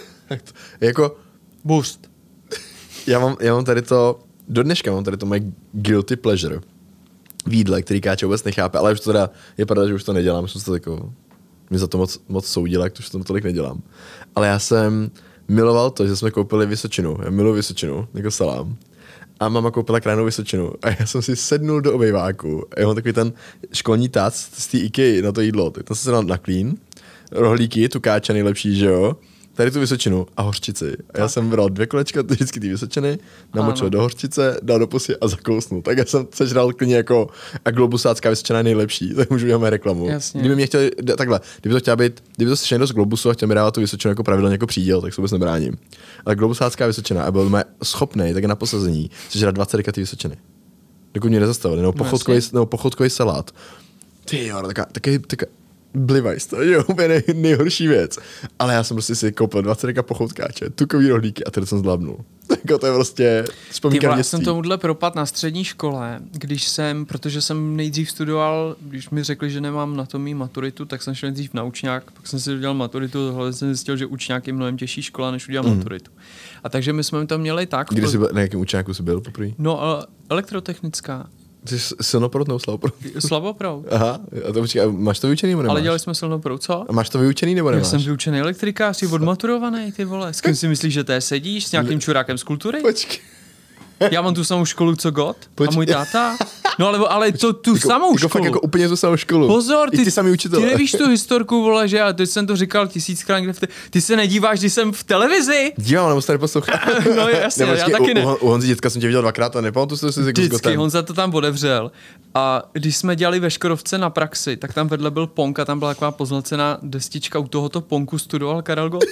Jako... Boost. já, mám, já mám tady to, do dneška mám tady to moje guilty pleasure v jídle, který Káča vůbec nechápe, ale už to teda je pravda, že už to nedělám, už jsem to jako... Mě za to moc, moc soudila, jak to už to tolik nedělám. Ale já jsem miloval to, že jsme koupili Vysočinu. Já miluji Vysočinu, jako salám. A máma koupila krajnou Vysočinu. A já jsem si sednul do obejváku. A já mám takový ten školní tac z té IKEA na to jídlo. Tak tam jsem se dal na klín, rohlíky, tu Káča nejlepší, že jo. Tady tu Vysočinu a hořčici. A já jsem bral dvě kolečka vždycky ty Vysočiny, namočil do hořčice, dal do pusy a zakousnul. Tak já jsem sežral klidně jako a globusácká Vysočina je nejlepší. Tak můžu dělat reklamu. Jasně. Kdyby mě chtěli, takhle, kdyby to chtěla být, kdyby to sešel do z Globusu a chtěl mi dávat tu Vysočinu jako pravidelně jako příděl, tak se vůbec nebráním. Ale globusácká Vysočina a byl schopnej tak na posazení sežrat dvacet deka ty Vysočiny. Dokud mě nezastavili, nebo pochodkový, nebo pochodkový salát. Ty jo, taká, taky, taká, blivajs, to je úplně nej, nejhorší věc. Ale já jsem prostě si koupil dvacet deka pochoutkáče, tukový rohlíky a teď jsem zlabnul. Tak to je prostě vzpomínka dětství. Já jsem tomuhle propad na střední škole, když jsem, protože jsem nejdřív studoval, když mi řekli, že nemám na to mý maturitu, tak jsem šel nejdřív na učňák, pak jsem si udělal maturitu, tohle jsem zjistil, že učňák je mnohem těžší škola, než udělal mm. maturitu. A takže my jsme to měli tak. Kdy jsi byl, na jakém učňáku jsi byl poprvé? No, elektrotechnická. Jsi silnoproud nebo slavoproud? Slavoproud. Aha, a to počkej, máš to vyučený nebo nemáš? Ale dělali jsme silnoproud, co? A máš to vyučený nebo nemáš? Já jsem vyučený elektrikář, jsi odmaturovaný, ty vole. S kým si myslíš, že té sedíš? S nějakým čurákem z kultury? Počkej. Já mám tu samou školu, co God? Počkej. A můj táta? No ale, ale to tu jako, samou jako školu. Fakt jako úplně tu samou školu. Pozor, ty, ty, samý ty nevíš tu historku, vole, že já teď jsem to říkal tisíckrát, kde v te... ty se nedíváš, když jsem v televizi? Dívám, nebo se neposlouchám. No jasně, já taky ne. U, u Honzi dětka jsem tě viděl dvakrát a nepamatuji si, že jsi Vždycky, Honza to tam odevřel. A když jsme dělali ve Škodovce na praxi, tak tam vedle byl Ponk a tam byla taková poznacená destička, u tohoto Ponku studoval Karel Gott.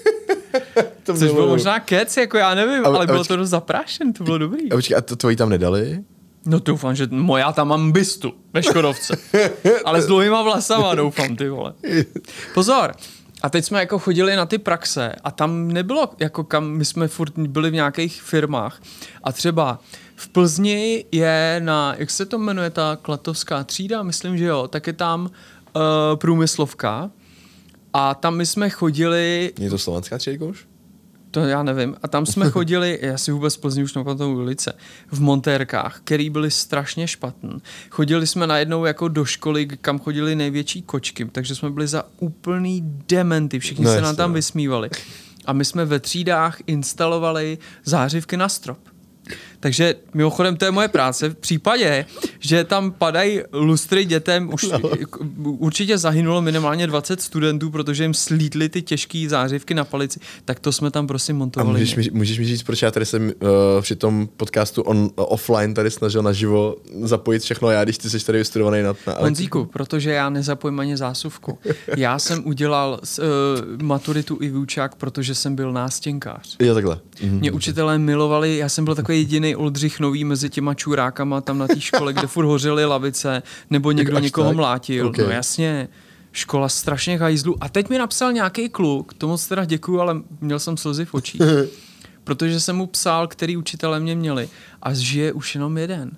To což byl možná kec, jako já nevím, ale, ale bylo počkej, to dost zaprášen, to bylo dobrý. A počkej, a to tvoji tam nedali? No doufám, že moja tam mám bystu ve Škodovce. Ale s dlouhýma vlasama, doufám, ty vole. Pozor, a teď jsme jako chodili na ty praxe a tam nebylo, jako kam, my jsme furt byli v nějakých firmách a třeba v Plzni je na, jak se to jmenuje, ta klatovská třída, myslím, že jo, tak je tam uh, průmyslovka a tam my jsme chodili... Je to slovenská třída už? To já nevím. A tam jsme chodili, já si vůbec Plzni už nepamatuju ulice, v montérkách, který byly strašně špatný. Chodili jsme najednou jako do školy, kam chodili největší kočky, takže jsme byli za úplný dementy, všichni no se nám tam vysmívali. A my jsme ve třídách instalovali zářivky na strop. Takže mimochodem to je moje práce. V případě, že tam padají lustry dětem, už no. určitě zahynulo minimálně dvacet studentů, protože jim slítly ty těžké zářivky na palici, tak to jsme tam prosím montovali. A můžeš mi, můžeš mi říct, proč já tady jsem uh, při tom podcastu on, offline tady snažil naživo zapojit všechno já, když ty jsi tady vystudovaný na, na Honzíku, protože já nezapojím ani zásuvku. Já jsem udělal uh, maturitu i výučák, protože jsem byl nástěnkář. Jo, takhle. Mě učitelé milovali, já jsem byl takový jediný Oldřich Nový mezi těma čurákama tam na té škole, kde furt hořely lavice, nebo někdo někoho tak? mlátil. Okay. No jasně, škola strašně hajzlů. A teď mi napsal nějaký kluk, to moc teda děkuju, ale měl jsem slzy v očích. Protože jsem mu psal, který učitelé mě měli. A žije už jenom jeden.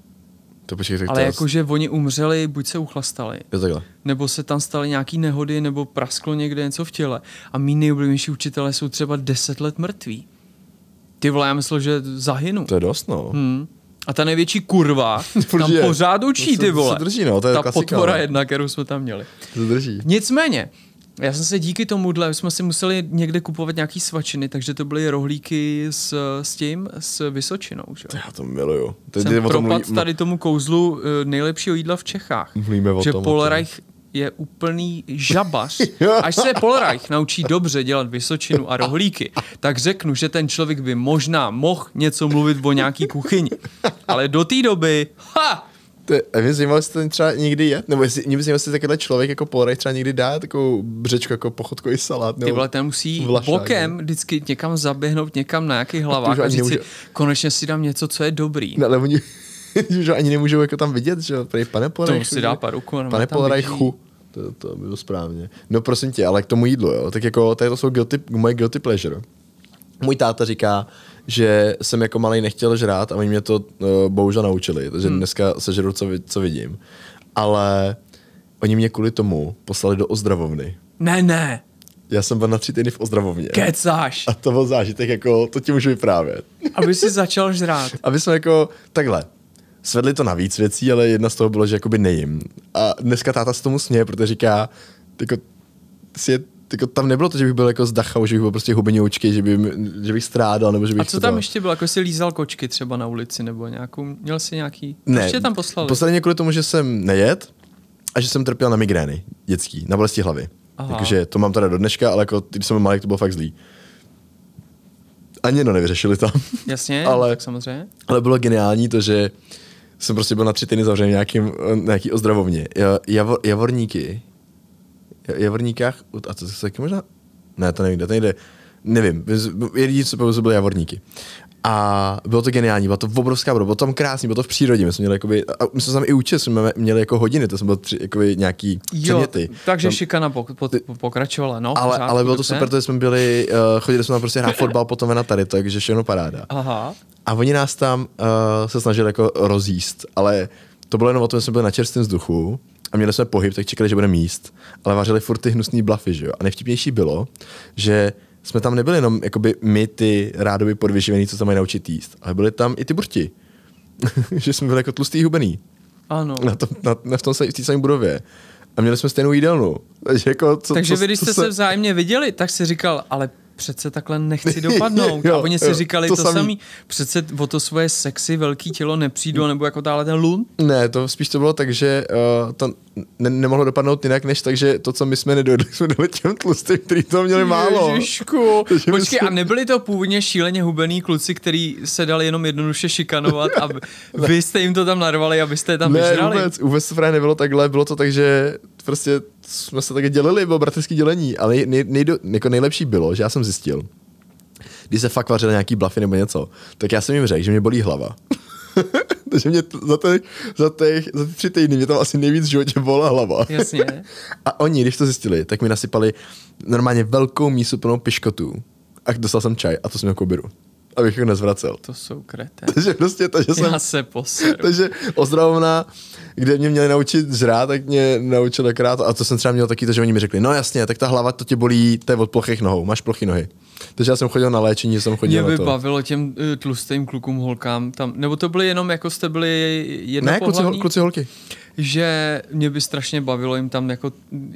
To počkej, tak ale to jakože oni umřeli, buď se uchlastali, nebo se tam staly nějaký nehody, nebo prasklo někde něco v těle. A mý nejoblíbenější učitelé jsou třeba deset let mrtví. Ty vole, já myslel, že zahynu. To je dost, no. Hmm. A ta největší kurva tam pořád učí, ty vole. To se drží, no, to je ta klasika, potvora no. jedna, kterou jsme tam měli. To se drží. Nicméně, já jsem se díky tomuhle, jsme si museli někde kupovat nějaký svačiny, takže to byly rohlíky s, s tím, s Vysočinou. Že? Já to miluju. Teď jsem propad mluví... tady tomu kouzlu nejlepšího jídla v Čechách. Mluvíme o že tom. Že Polreich je úplný žabař. Až se Polreich naučí dobře dělat Vysočinu a rohlíky, tak řeknu, že ten člověk by možná mohl něco mluvit o nějaký kuchyni. Ale do té doby, ha! A mě zajímalo, jestli ten třeba někdy je, nebo jestli, mě by zajímalo, jestli takovýhle člověk jako Polreich třeba někdy dá takovou břečku jako pochodkový salát. Ty vole, ten musí vlašák, bokem ne? Vždycky někam zaběhnout, někam na nějaký hlavách a říct si, konečně si dám něco, co je dobrý. No, ale oni že ani nemůžou jako tam vidět, že prej, pane Polreich. To si dá paruku. Pane Polreichu. To, to bylo správně. No prosím tě, ale k tomu jídlu, jo, tak jako tady to jsou guilty, moje guilty pleasure. Můj táta říká, že jsem jako malej nechtěl žrát a oni mě to uh, bohužel naučili, takže hmm. dneska sežeru, co, co vidím. Ale oni mě kvůli tomu poslali do ozdravovny. Ne, ne. Já jsem byl na tři týdny v ozdravovně. Kecáš. A to byl zážitek, jako, to ti můžu vyprávět. Aby jsi začal žrát. Aby jsme jako, takhle, svedli to na víc věcí, ale jedna z toho bylo, že jakoby nejím. A dneska táta se tomu směje, protože říká, jako, si je, jako tam nebylo to, že bych byl jako z Dachau, že bych byl prostě hubenoučkej, že, by, že bych strádal, nebo že bych... A co tam to... ještě bylo? Jako jsi lízal kočky třeba na ulici, nebo nějakou, měl jsi nějaký... Ne, ještě tam poslali? Poslali mě kvůli tomu, že jsem nejet a že jsem trpěl na migrény dětský, na bolesti hlavy. Takže to mám teda do dneška, ale jako, když jsem byl malý, to bylo fakt zlý. Ani jedno nevyřešili tam. Jasně, ale, tak samozřejmě. Ale bylo geniální to, že jsem prostě byl na tři týdny zavřený v nějakým, nějaký ozdravovně. Javor, javorníky. Javorníkách, a to je taky možná? Ne, to nejde, to nejde. Nevím, jediný, co pouze byly javorníky. A bylo to geniální, byla to obrovská budova, bylo to tam krásný, bylo to v přírodě, my jsme měli jakoby, a my jsme tam i učili, jsme měli jako hodiny, to jsme byli tři, jakoby nějaký předměty. Takže tam, šikana pok, pok, pokračovala, no. Ale, pořád, ale bylo to super, protože jsme byli, uh, chodili jsme tam prostě hrát fotbal, potom na tady, takže všechno paráda. Aha. A oni nás tam uh, se snažili jako rozjíst, ale to bylo jenom o tom, že jsme byli na čerstvém vzduchu a měli jsme pohyb, tak čekali, že budeme jíst, ale vařili furt ty hnusný blafy, že jo. A nejvtipnější bylo, že jsme tam nebyli jenom jakoby my ty rádoby podvyživený, co se mají naučit jíst, ale byli tam i ty burti. Že jsme byli jako tlustý hubený. Ano. Na, tom, na, na v tom v té samé budově. A měli jsme stejnou jídelnu. Takže, jako, co, Takže co, vy, když co jste se... se vzájemně viděli, tak si říkal, ale přece takhle nechci dopadnout. jo, a oni si jo, říkali to to samý. samý, přece o to svoje sexy velký tělo nepřijdu, nebo jako táhle ten lun. Ne, to spíš to bylo tak, že uh, to ne- nemohlo dopadnout jinak, než tak, že to, co my jsme nedojeli, jsme dali těm tlustým, který to měli málo. Ježišku. Počkej, a nebyli to původně šíleně hubený kluci, který se dali jenom jednoduše šikanovat a vy jste jim to tam narvali, abyste je tam ne, vyžrali? Ne, vůbec, vůbec to právě nebylo takhle, bylo to tak, že prostě jsme se také dělili, bylo bratrský dělení, ale nej, nej, nejdo, jako nejlepší bylo, že já jsem zjistil, když se fakt vařili nějaký blafy nebo něco, tak já jsem jim řekl, že mě bolí hlava. Takže mě t- za, těch, za, těch, za ty tři týdny mě tam asi nejvíc v životě bola hlava. Jasně. A oni, když to zjistili, tak mi nasypali normálně velkou mísu plnou piškotů. A dostal jsem čaj a to jsem jako beru. Abych ho nezvracel. To jsou kreté. Takže prostě, takže jsem... Já se poseru. Takže ozdravovna, kde mě měli naučit žrát, tak mě naučil akorát. A to jsem třeba měl taky to, že oni mi řekli, no jasně, tak ta hlava to tě bolí, to je od plochých nohou, máš plochy nohy. Takže já jsem chodil na léčení, že jsem chodil mě na to. Mě by bavilo těm uh, tlustým klukům, holkám tam, nebo to byly jenom jako jste byli jednopohlavní? Ne, kluci, kluci holky. Že mě by strašně bavilo jim tam jako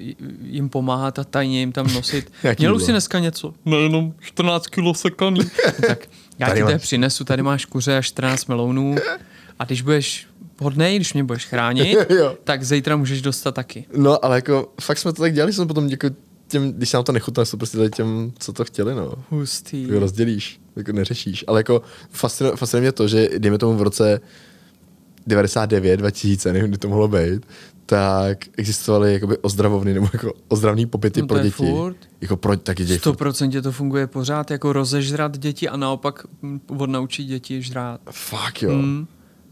jim pomáhat a tajně jim tam nosit. Měl už si dneska něco? No jenom čtrnáct kilo sekaný. Tak já tady ti tady přinesu, tady máš kuře a čtrnáct melounů a když budeš hodnej, když mě budeš chránit, tak zítra můžeš dostat taky. No, ale jako fakt jsme to tak dělali, jsem potom jako těm, když se nám to nechutná, to prostě dali těm, co to chtěli, no. Hustý. Jako rozdělíš, jako neřešíš. Ale jako fascinuje, fascinuje mě to, že dejme tomu v roce devadesát devět, dva tisíce, nevím, kdy to mohlo být, tak existovaly jakoby ozdravovny nebo jako ozdravný pobyty no pro děti. Furt. Jako pro taky děti. sto procent to funguje pořád, jako rozežrat děti a naopak odnaučit děti žrát. Fakt jo. Mm.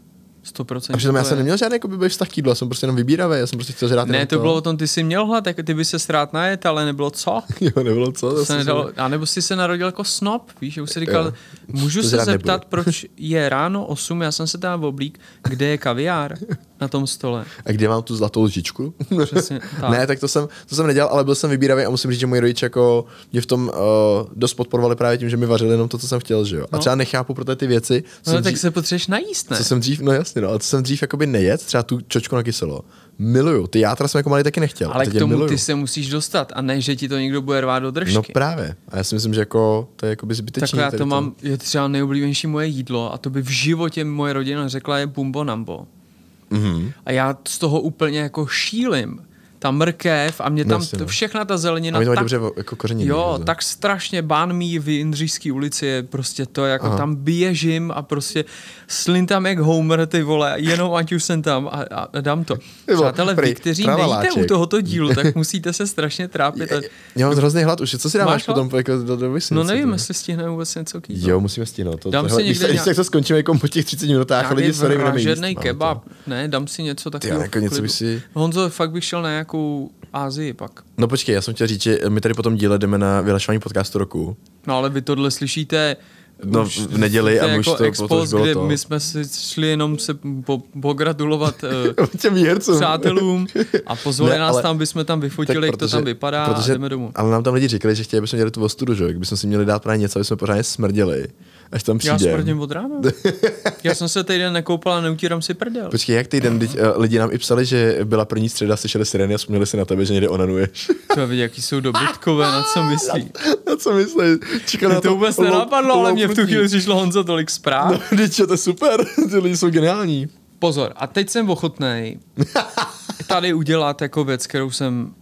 sto procent. A přitom já jsem neměl žádný jako vztah k jídlu, já jsem prostě jenom vybíravý, já jsem prostě chtěl žrát. Ne, to, to bylo o tom, ty jsi měl hlad, jako ty by se strát najet, ale nebylo co. Jo, nebylo co. To se nedalo, a nebo jsi se narodil jako snob, víš, už jsi říkal, jo, můžu se zeptat, nebudu. Proč je ráno osm, já jsem se tam oblík, kde je kaviár na tom stole. A kde mám tu zlatou lžičku? Přesně, tak. Ne, tak to jsem, to jsem nedělal, ale byl jsem vybíravý a musím říct, že moji rodiče jako mě v tom uh, dost podporovali právě tím, že mi vařili jenom to, co jsem chtěl, že jo. A třeba nechápu pro ty věci. No tak dřív, se potřebuješ najíst, ne? Co jsem dřív, no jasně, no, ale co jsem dřív jakoby nejet, třeba tu čočku na kyselo. Miluju, ty játra jsem jako malý taky nechtěl. Ale k tomu miluju. Ty se musíš dostat a ne, že ti to někdo bude rvát do držky. No právě. A já si myslím, že jako to je jakoby zbytečný. Tak já to mám, je třeba nejoblíbenější moje jídlo a to by v životě moje rodina řekla je bumbo nambo. Mm-hmm. A já z toho úplně jako šílim. Ta mrkev a mě tam Jasně, no. všechna ta zelenina. A my to tak, dobře jako kořenění. Jo, ne? Tak strašně banh mi v Jindřišské ulici je prostě to, jako aha. Tam běžím a prostě slintám jak Homer, ty vole, jenom ať už jsem tam a, a dám to. Přátelé, vy, kteří nejíte u tohoto dílu, tak musíte se strašně trápit. A... Já mám hrozný hlad už. Co si dáváš potom jako do, do vysy, No nevím, jestli stihneme vůbec něco kýt. Jo, musíme stihnout. To, dám si někde když tak to skončíme jako po těch třiceti minutách a lidi se nebudeme jíst. Žádnej kebab, ne, dám si něco takového. Jako něco by si... Honzo, fakt bych šel na nějakou Ázii pak. No počkej, já jsem chtěl říct, že my tady potom díle jdeme na vyhlašování podcastu roku. No ale vy tohle slyšíte no, už, v neděli a jako už to, expos, to kde to. my jsme si šli jenom se po, pogratulovat těm výhercům. Přátelům a pozvali ne, nás ale, tam, bychom tam vyfotili, jak to tam vypadá protože, a jdeme domů. Ale nám tam lidi říkali, že chtěli, abychom dělali tu ostudu, že? Kdybychom si měli dát právě něco, aby jsme pořádně smrděli. Až tam přijde. Já smrdím od rána. Já jsem se týden nekoupal a neutírám si prdel. Počkej, jak týden uh, lidi nám i psali, že byla první středa, slyšeli sireny a vzpomněli si na tebe, že někde onanuješ. To vidí, jaký jsou dobytkové, na co myslí. Na, na co myslí? Čekal na to, to vůbec nenapadlo, ale mě v tu chvíli přišlo Honzo tolik zpráv. No, teď to je super, ty lidi jsou geniální. Pozor, a teď jsem ochotnej tady udělat jako věc, kterou jsem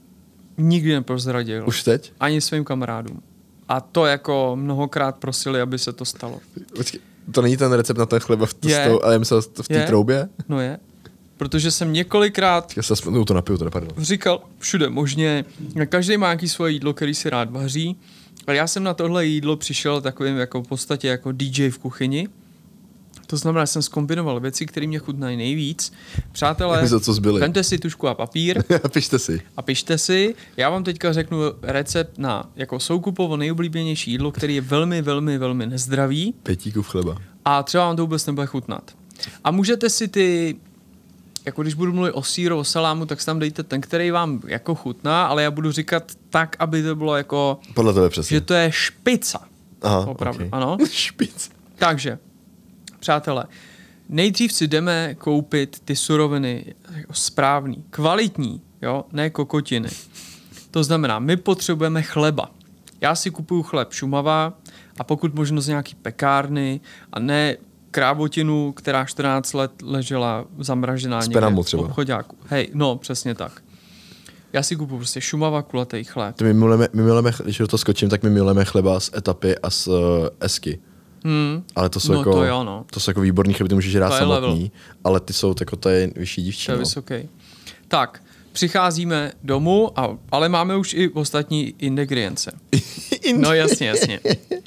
nikdy neprozradil. Už teď? Ani svým kamarádům. A to jako mnohokrát prosili, aby se to stalo. Počkej, to není ten recept na ten chleba v tostou, ale já myslel v té troubě? No je. Protože jsem několikrát já se no, to napiju, to nepardon. říkal všude možně, každý má nějaký svoje jídlo, který si rád vaří, ale já jsem na tohle jídlo přišel takovým jako v podstatě jako dý džej v kuchyni. To znamená, že jsem zkombinoval věci, které mě chutnají nejvíc. Přátelé, vemte si tužku a papír. A pište si. A pište si. Já vám teďka řeknu recept na jako Soukupovo nejoblíbenější jídlo, který je velmi, velmi, velmi nezdravý. Pětíkův chleba. A třeba vám to vůbec nebude chutnat. A můžete si ty, jako když budu mluvit o sýru, o salámu, tak si tam dejte ten, který vám jako chutná, ale já budu říkat tak, aby to bylo jako... Podle tebe přesně. Že to je špica. Aha, opravdu, okay. Ano. Špic. Takže, přátelé, nejdřív si jdeme koupit ty suroviny jako správný, kvalitní, jo, ne kokotiny. To znamená, my potřebujeme chleba. Já si kupuju chléb Šumava a pokud možno z nějaký pekárny a ne krávotinu, která čtrnáct let ležela zamražená někde v obchoďáku. Hej, no, přesně tak. Já si kupuju prostě Šumava, kulatý chléb. My milujeme, my milujeme, když do toho skočím, tak my milujeme chleba z Etapy a z uh, Esky. Hmm. Ale to jsou, no, jako, to, jo, no. to jsou jako výborný chleby, ty můžeš rád samotný, level. Ale ty jsou jako, to je vyšší dívčí. To je vysoký. Tak, přicházíme domů, a, ale máme už i ostatní ingredience. No jasně, jasně.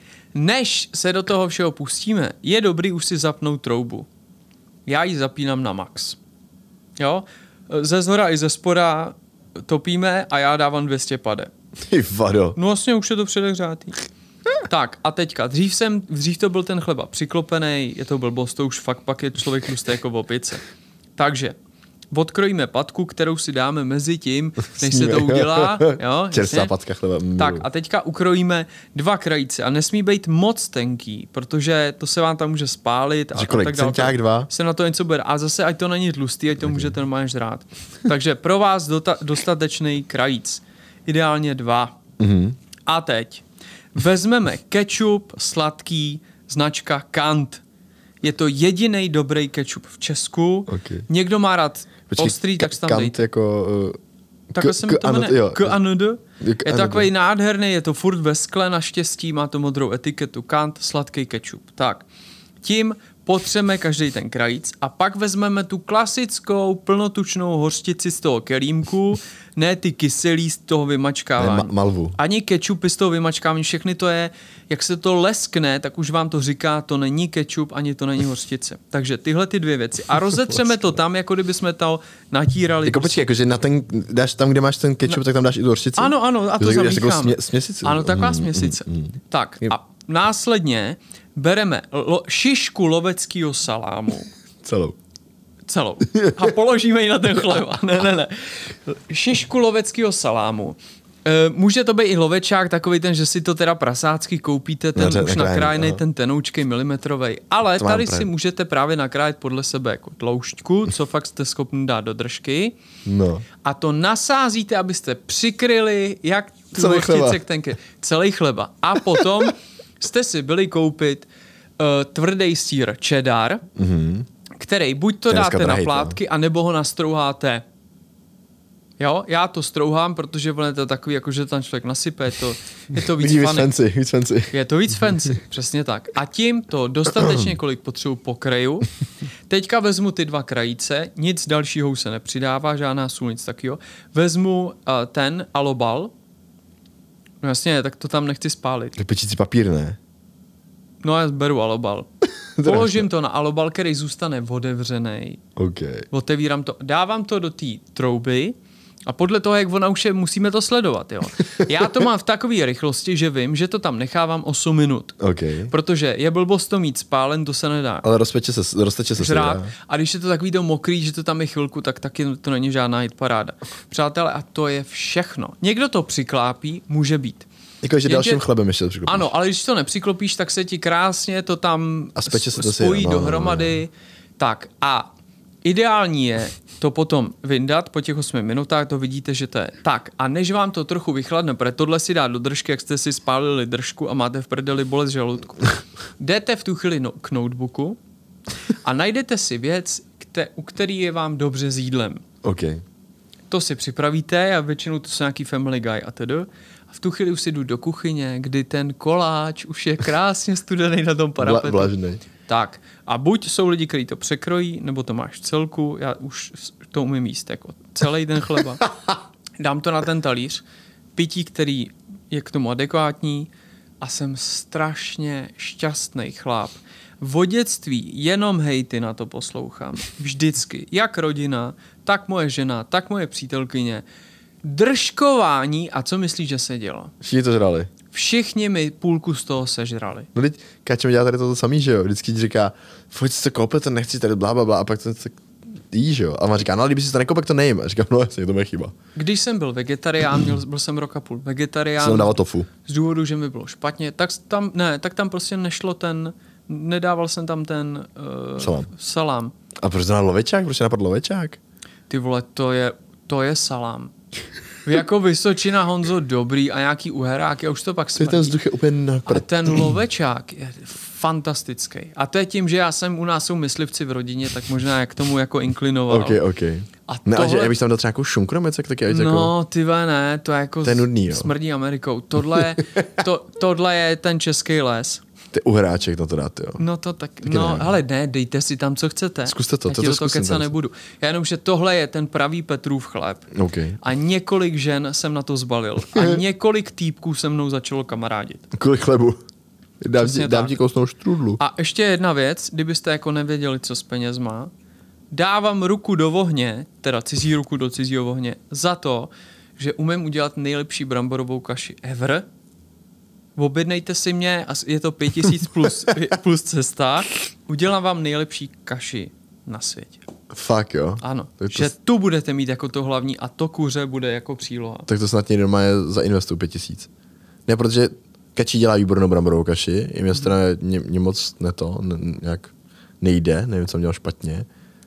Než se do toho všeho pustíme, je dobrý už si zapnout troubu. Já ji zapínám na max. Jo? Ze zhora i ze spoda topíme a já dávám dvě stě pade. Ty vado. No vlastně už je to předehřátý. Tak a teďka, dřív, jsem, dřív to byl ten chleba přiklopený, je to blbost, to už fakt pak je člověk tlustý jako v opice. Takže odkrojíme patku, kterou si dáme mezi tím, než se to udělá. Jo, čerstvá patka chleba. Tak a teďka ukrojíme dva krajíce a nesmí být moc tenký, protože to se vám tam může spálit. A, a tak dále. dva? Se na to něco bude. A zase, ať to není tlustý, ať to okay. můžete normálně žrát. Takže pro vás dota- dostatečný krajíc. Ideálně dva. Mm-hmm. A teď vezmeme ketchup sladký, značka Kant. Je to jediný dobrý ketchup v Česku. Okay. Někdo má rád Počkej, ostrý, tak tam Kant jako... Uh, Takhle se mi to jmenuje. K A N D. Je to takový nádherný, je to furt ve skle naštěstí, má to modrou etiketu. Kant, sladký ketchup. Tak, tím potřeme každý ten krajíc a pak vezmeme tu klasickou plnotučnou hořtici z toho kelímku, ne ty kyselý z toho vymačkávání. Ne, ma- malvu. Ani kečupy z toho vymačkávání, všechny to je, jak se to leskne, tak už vám to říká, to není kečup, ani to není hořtice. Takže tyhle ty dvě věci. A rozetřeme to tam, jako kdyby jsme to natírali. Jako počkej, jakože na ten, dáš tam, kde máš ten kečup, na... tak tam dáš i tu hořtici? Ano, ano, a to zamícháme. Jako směsici? Ano, taková mm, směsice. Mm, mm. Tak a následně bereme lo- šišku loveckého salámu. Celou. Celou. A položíme ji na ten chleba. Ne, ne, ne. Šišku loveckého salámu. E, může to být i lovečák, takový ten, že si to teda prasácky koupíte, ten no, už nakrájený, ten tenoučkej milimetrovej. Ale to tady si můžete právě nakrájet podle sebe jako tloušťku, co fakt jste schopni dát do držky. No. A to nasázíte, abyste přikryli jak tu hořtice k tenky. Celý chleba. A potom jste si byli koupit uh, tvrdý sýr cheddar, mm-hmm. který buď to dáte drahý, na plátky, no. anebo ho nastrouháte. Jo, já to strouhám, protože on je to takový, jako že tam člověk nasype, je to, je to víc, víc fancy, víc fancy. Je to víc fancy, přesně tak. A tím to dostatečně, kolik potřebuji, pokryju. Teďka vezmu ty dva krajíce, nic dalšího už se nepřidává, žádná sůl, nic takového. Vezmu uh, ten alobal. No jasně, tak to tam nechci spálit. To pečící papír, ne? No já beru alobal. Položím to na alobal, který zůstane otevřený. Okay. Otevírám to, dávám to do té trouby a podle toho, jak ona už je, musíme to sledovat. Jo. Já to mám v takové rychlosti, že vím, že to tam nechávám osm minut. Okay. Protože je blbost to mít spálen, to se nedá. Ale rozpeče se, rozteče se žrát. A když je to takový to mokrý, že to tam je chvilku, tak taky to není žádná hitparáda. Přátelé, a to je všechno. Někdo to přiklápí, může být. Jako, že dalším chlebem ještě to přiklopíš. Ano, ale když to nepřiklopíš, tak se ti krásně to tam a speče se to spojí si, no, dohromady. No, no. Tak a ideální je to potom vyndat, po těch osmi minutách to vidíte, že to je tak. A než vám to trochu vychladne, protože tohle si dá do držky, jak jste si spálili držku a máte v prdeli bolest žaludku. Jdete v tu chvíli no, k notebooku a najdete si věc, kte, u který je vám dobře s jídlem. Okay. To si připravíte a většinou to jsou nějaký Family Guy a tedy. A v tu chvíli už si jdu do kuchyně, kdy ten koláč už je krásně studený na tom parapetu. Vlažnej. Tak. A buď jsou lidi, kteří to překrojí, nebo to máš v celku. Já už to umím jíst jako celý den chleba. Dám to na ten talíř. Pití, který je k tomu adekvátní a jsem strašně šťastný chlap. V dětství jenom hejty na to poslouchám. Vždycky. Jak rodina, tak moje žena, tak moje přítelkyně. Držkování a co myslíš, že se dělo? Všichni to žrali. Všichni mi půlku z toho sežrali. No teď Kača mi dělá tady to samý, že jo? Vždycky ti říká, pojď si to koupit, to nechci tady blá, blá, blá, a pak to jí, že jo? A on říká, no ale kdyby si to nekoupil, tak to nejím. A říkám, no jasně, to je chyba. Když jsem byl vegetarián, měl, byl jsem rok a půl vegetarián. Jsem dával tofu. Z důvodu, že mi bylo špatně, tak tam, ne, tak tam prostě nešlo ten, nedával jsem tam ten uh, salám. salám. A proč to na lovečák? Proč napadl lovečák? Ty vole, to je, to je salám. jako Vysočina, Honzo, dobrý a nějaký uherák, já už to pak smrdí. Ten vzduch je úplně na prd. A ten lovečák je fantastický. A to je tím, že já jsem, u nás jsou myslivci v rodině, tak možná jak tomu jako inklinoval. Ok, ok. A ne, tohle... a já bych tam dal třeba nějakou šunku na mecek, tak je No, jako... ty ne, to je jako to je nudný, jo. Smrdí Amerikou. Tohle, to, tohle je ten český les. To je uhráček na to dát, jo. No to tak, Taky no, ne. ale ne, dejte si tam, co chcete. Zkuste to, já to, to, to to keca nebudu. Já jenom, že tohle je ten pravý Petrův chléb. Okay. A několik žen jsem na to zbalil. A několik týpků se mnou začalo kamarádit. Kolik chlebu? Dám, ti, dám ti kousnou štrudlu. A ještě jedna věc, kdybyste jako nevěděli, co s penězma, dávám ruku do ohně, teda cizí ruku do cizího ohně, za to, že umím udělat nejlepší bramborovou kaši ever. Objednejte si mě, a je to pět tisíc plus, plus cesta, udělám vám nejlepší kaši na světě. Fakt jo? Ano, to... že tu budete mít jako to hlavní a to kuře bude jako příloha. Tak to snad někdo má zainvestuju pět tisíc. Ne, protože Kačí dělá výbornou bramborovou kaši, i mě strana mě moc ne to, ne, nějak nejde, nevím, co měl špatně.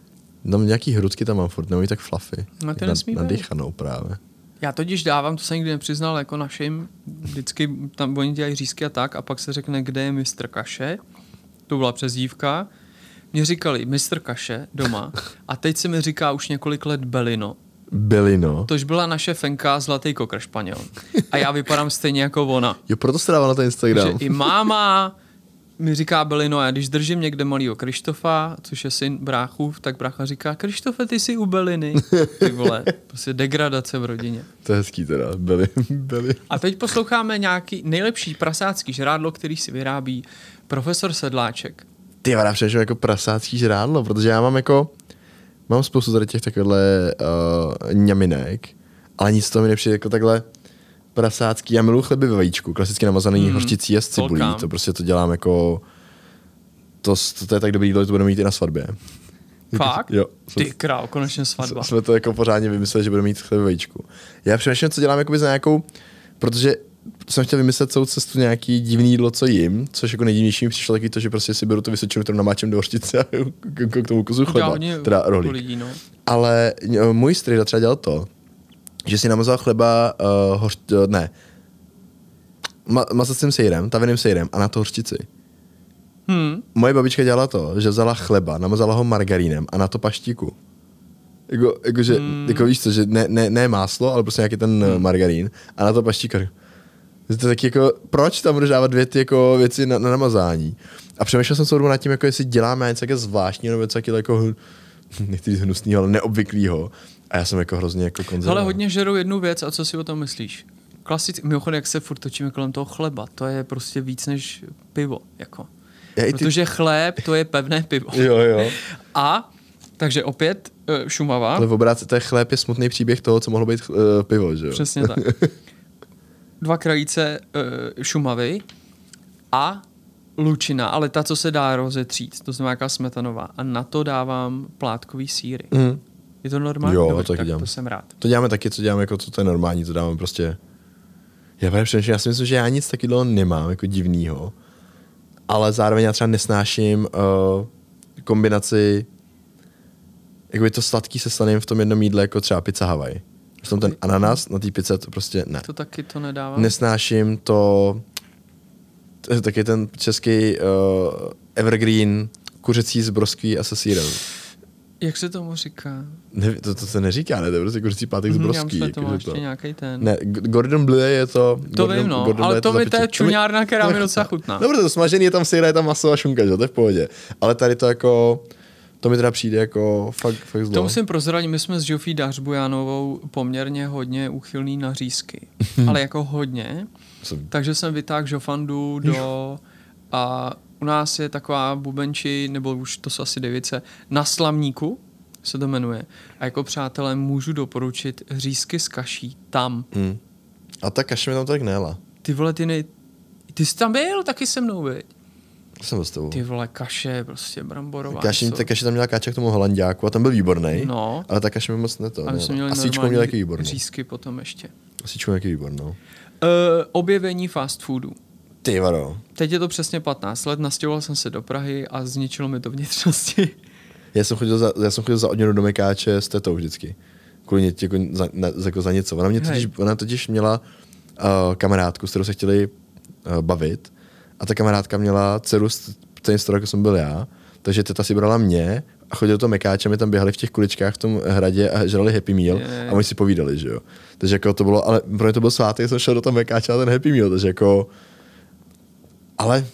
Tam nějaký hrudky tam mám furt, nemůžu tak fluffy. No to nesmí Nadychanou právě. Já totiž dávám, to jsem nikdy nepřiznal jako našim, vždycky tam oni dělají řízky a tak a pak se řekne, kde je mistr Kaše, to byla přezdívka. Mě říkali mistr Kaše doma a teď se mi říká už několik let Belino. Belino? Tož byla naše fenka Zlatý kokr Španěl. A já vypadám stejně jako ona. Jo, proto se dává na ten Instagram. Že i máma mi říká Belino, a když držím někde malýho Krištofa, což je syn bráchův, tak brácha říká, Krištofe, ty jsi u Beliny. Ty vole, prostě degradace v rodině. To je hezký teda, Beli, Beli. A teď posloucháme nějaký nejlepší prasácký žrádlo, který si vyrábí profesor Sedláček. Ty já přemýšlím jako prasácký žrádlo, protože já mám jako, mám spoustu tady těch takovýchhle uh, ňaminek, ale nic to mi nepřijde jako takhle prasácký. Já miluji chleby ve vajíčku, klasicky namazaný hmm. hořčicí a s cibulí. Volkám. To prostě to dělám jako, to, to, to je tak dobrý jídlo, že to budeme mít i na svatbě. Fakt? Jo. Ty král, konečně svatba. Jsme to jako pořádně vymysleli, že budeme mít chleby ve vajíčku. Já přemýšlím, co dělám jakoby za nějakou, protože jsem chtěl vymyslet celou cestu nějaký divný jídlo, co jim, což jako nejdivnější mi přišlo taky to, že prostě si beru tu Vysočinu, kterou namáčem do hořčice a k, k tomu kusu chleba, teda rohlík. Lidí, no. Ale můj strýda třeba dělal to, že si namazal chleba uh, hoř, uh, ne, ma, mazacím sejrem, taveným sejrem a na to hořčici. Hmm. Moje babička dělala to, že vzala chleba, namazala ho margarínem a na to paštíku. Jako, jako, že, hmm. jako víš co, že ne, ne, ne máslo, ale prostě nějaký ten hmm. margarín a na to paštíka. To taky jako, proč tam budeš dávat dvě ty jako věci na, na namazání? A přemýšlel jsem se nad tím, jako jestli děláme něco také zvláštního, nebo něco jako, nechci říct hnusného, ale neobvyklého. A já jsem jako hrozně jako konzervovaný. Ale hodně žerou jednu věc, a co si o tom myslíš? Klasicky, mimochodem, jak se furt točíme kolem toho chleba, to je prostě víc než pivo, jako. Ty... Protože chléb, to je pevné pivo. Jo, jo. A, takže opět uh, Šumava. Ale v obrátce, to je chléb je smutný příběh toho, co mohlo být uh, pivo, že jo? Přesně tak. Dva krajice uh, Šumavy a lučina, ale ta, co se dá rozetřít, to znamená jaká smetanová. A na to dávám plátkový sýry. Mm. Je to normální? Jo, Dobře, to taky dělám. To jsem rád. To děláme taky, co děláme, jako co to je normální, to dáváme prostě... Já právě přemýšlím, já si myslím, že já nic takového nemám, jako divnýho, ale zároveň já třeba nesnáším uh, kombinaci jakoby to sladký se slaným v tom jednom jídle, jako třeba pizza Hawaii. V tom ten ananas na té pizze to prostě ne. To taky to nedávám. Nesnáším to, to je taky ten český uh, evergreen kuřecí z broskví a se sýrem. Jak se tomu říká? Ne, to, to se neříká, ne, to je prostě kuřecí pátek z broskví. Já to má ještě nějaký ten. Ne, Gordon Bleu je to... To Gordon, vím, no, Gordon ale to mi to je čuňárna, která mi docela chutná. Dobře, to smažený je tam sýra, je tam maso a šunka, že to je v pohodě. Ale tady to jako... To mi teda přijde jako fakt, fakt zlo. To musím prozradit, my jsme s Jofí Dařbujánovou poměrně hodně uchylný na řízky. Ale jako hodně. Jsem... Takže jsem vytáhl Jofandu do... A u nás je taková bubenči, nebo už to jsou asi device, na Slamníku se to jmenuje. A jako přátelé můžu doporučit řízky s kaší tam. Hmm. A ta kaše mi tam tak nejela. Ty vole, ty nej... Ty jsi tam byl taky se mnou, viď? Jsem byl s tebou. Ty vole, kaše, prostě bramborová. Kaši, ta kaše tam měla Káča k tomu holanďáku a tam byl výborný. No. Ale ta kaše mi moc neto. A my jsme měli a síčko měl taky výborný. Řízky potom ještě. A síčko měl taky výbornou. Uh, objevení fast foodu. Ty varo. Teď je to přesně patnáct let, nastěhoval jsem se do Prahy a zničilo mi to vnitřnosti. Já jsem chodil za, já jsem chodil za odměnu do Mekáče s tetou vždycky. kvůli ně, jako, za, na, jako za něco. Ona, mě totiž, ona totiž měla uh, kamarádku, s kterou se chtěli uh, bavit a ta kamarádka měla dceru stejný stor, jako jsem byl já, takže teta si brala mě a chodili to mekáče, my tam běhali v těch kuličkách v tom hradě a žrali Happy Meal je. A oni si povídali, že jo. Takže jako to bylo, ale pro mě to byl svátek, jsem šel do toho mekáče a ten Happy Meal, takže jako, ale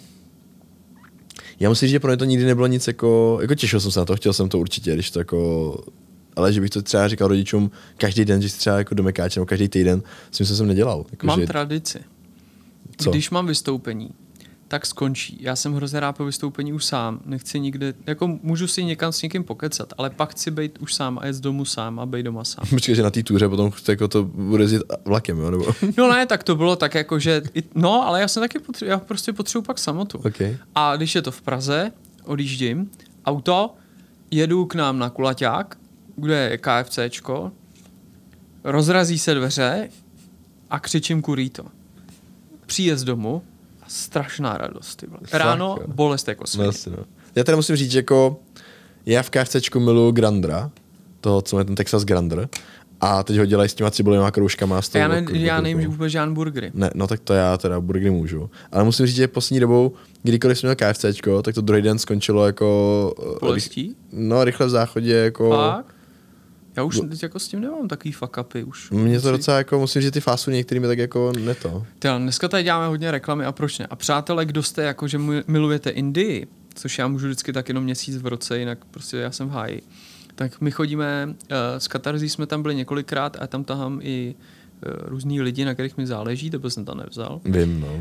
já musím říct, že pro mě to nikdy nebylo nic jako, jako těšil jsem se na to, chtěl jsem to určitě, když to jako, ale že bych to třeba říkal rodičům každý den, že si třeba jako do mekáče nebo každý týden, s tím jsem nedělal. Jako, mám že... tradici. Co? Když mám vystoupení, tak skončí. Já jsem hrozně rád po vystoupení už sám. Nechci nikde, jako můžu si někam s někým pokecat, ale pak chci být už sám a jít z domu sám a být doma sám. Počkej, že na té túře potom jako to bude jezdit vlakem, jo? Nebo? No ne, tak to bylo tak jako, že no, ale já jsem taky potřebuji, já prostě potřebuji pak samotu. Okay. A když je to v Praze, odjíždím, auto, jedu k nám na Kulaťák, kde je KFCčko, rozrazí se dveře a křičím kurýto. Příjezd domů, strašná radost. Ty ráno Fakt, bolest jako svý. No, no. Já teda musím říct, že jako já v KFCčku miluji Grandra, toho, co je ten Texas Grander, a teď ho dělají s těma cibulovýma kroužkama. A já, ne, já nejím vůbec žádný burgery. Ne, no tak to já teda burgery můžu. Ale musím říct, že poslední dobou, kdykoliv jsem měl KFCčko, tak to druhý den skončilo jako... Bolestí? No, rychle v záchodě jako... Fakt? Já už teď jako s tím nemám takový fuck upy už. Mně to docela jako, musím říct, ty fast foody některými tak jako ne to. Tyjo, dneska tady děláme hodně reklamy a proč ne? A přátelé, kdo jste jako, že milujete Indii, což já můžu vždycky tak jenom měsíc v roce, jinak prostě já jsem v háji. Tak my chodíme, uh, s Katarzí jsme tam byli několikrát a tam tahám i uh, různý lidi, na kterých mi záleží, to jsem tam nevzal. Vím, no. Uh,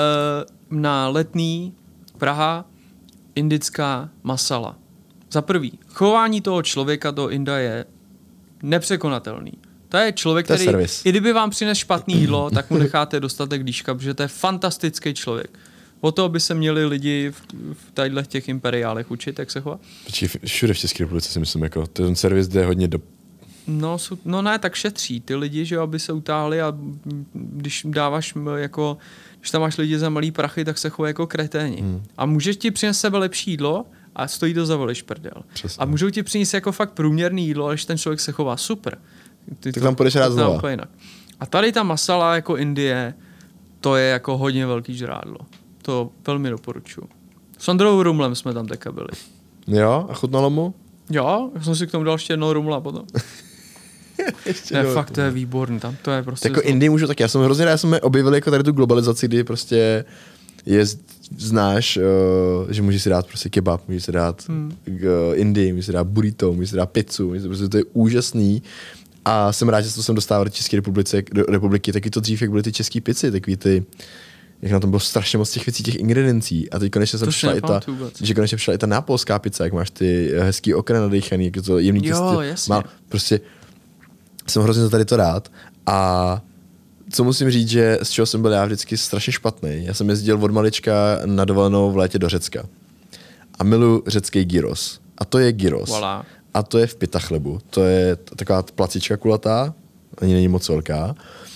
na Letný Praha indická masala. Za prvý, chování toho člověka do Inda je nepřekonatelný. To je člověk, to je který, servis. i kdyby vám přines špatný jídlo, tak mu necháte dostatek dýška, protože to je fantastický člověk. O to by se měli lidi v, v tadyhle těch imperiálech učit, jak se chová. Počkej, všude v České republice si myslím, jako ten servis jde hodně do... No, no ne, tak šetří ty lidi, že aby se utáhli a když dáváš jako, když tam máš lidi za malý prachy, tak se chovají jako kreténi. Hmm. A můžeš ti přinést sebe lepší jídlo a stojí to za veliš prdel. Přesně. A můžou ti přinést jako fakt průměrný jídlo, ale když ten člověk se chová super. Ty tak to, tam půjdeš rád znova. A tady ta masala jako Indie, to je jako hodně velký žrádlo. To velmi doporučuji. S Ondrou Rumlem jsme tam teďka byli. Jo? A chutnalo mu? Jo, já jsem si k tomu dal ještě jednou rumla potom. ne, fakt to je výborný, tam to je prostě... Jako Indii můžu tak, já jsem hrozně rád, já jsme objevili jako tady tu globalizaci, kdy prostě je, znáš, uh, že můžeš si dát prostě kebab, můžeš si dát hmm. uh, Indii, můžeš si dát burrito, můžeš si dát pizzu, můžeš, prostě to je úžasný. A jsem rád, že to jsem dostával do České republice, do republiky, taky to dřív, jak byly ty český pici, takový ty, jak na tom bylo strašně moc těch věcí, těch ingrediencí. A teď konečně jsem přišla i ta, že konečně přišla i ta nápolská pizza, jak máš ty hezký okna nadýchaný, jak je to jemný těsto. Má, prostě jsem hrozně za tady to rád. A co musím říct, že z čeho jsem byl já vždycky strašně špatný. Já jsem jezdil od malička na dovolenou v létě do Řecka. A miluji řecký gyros. A to je gyros. Voilà. A to je v pitachlebu. To je taková placička kulatá, ani není moc velká.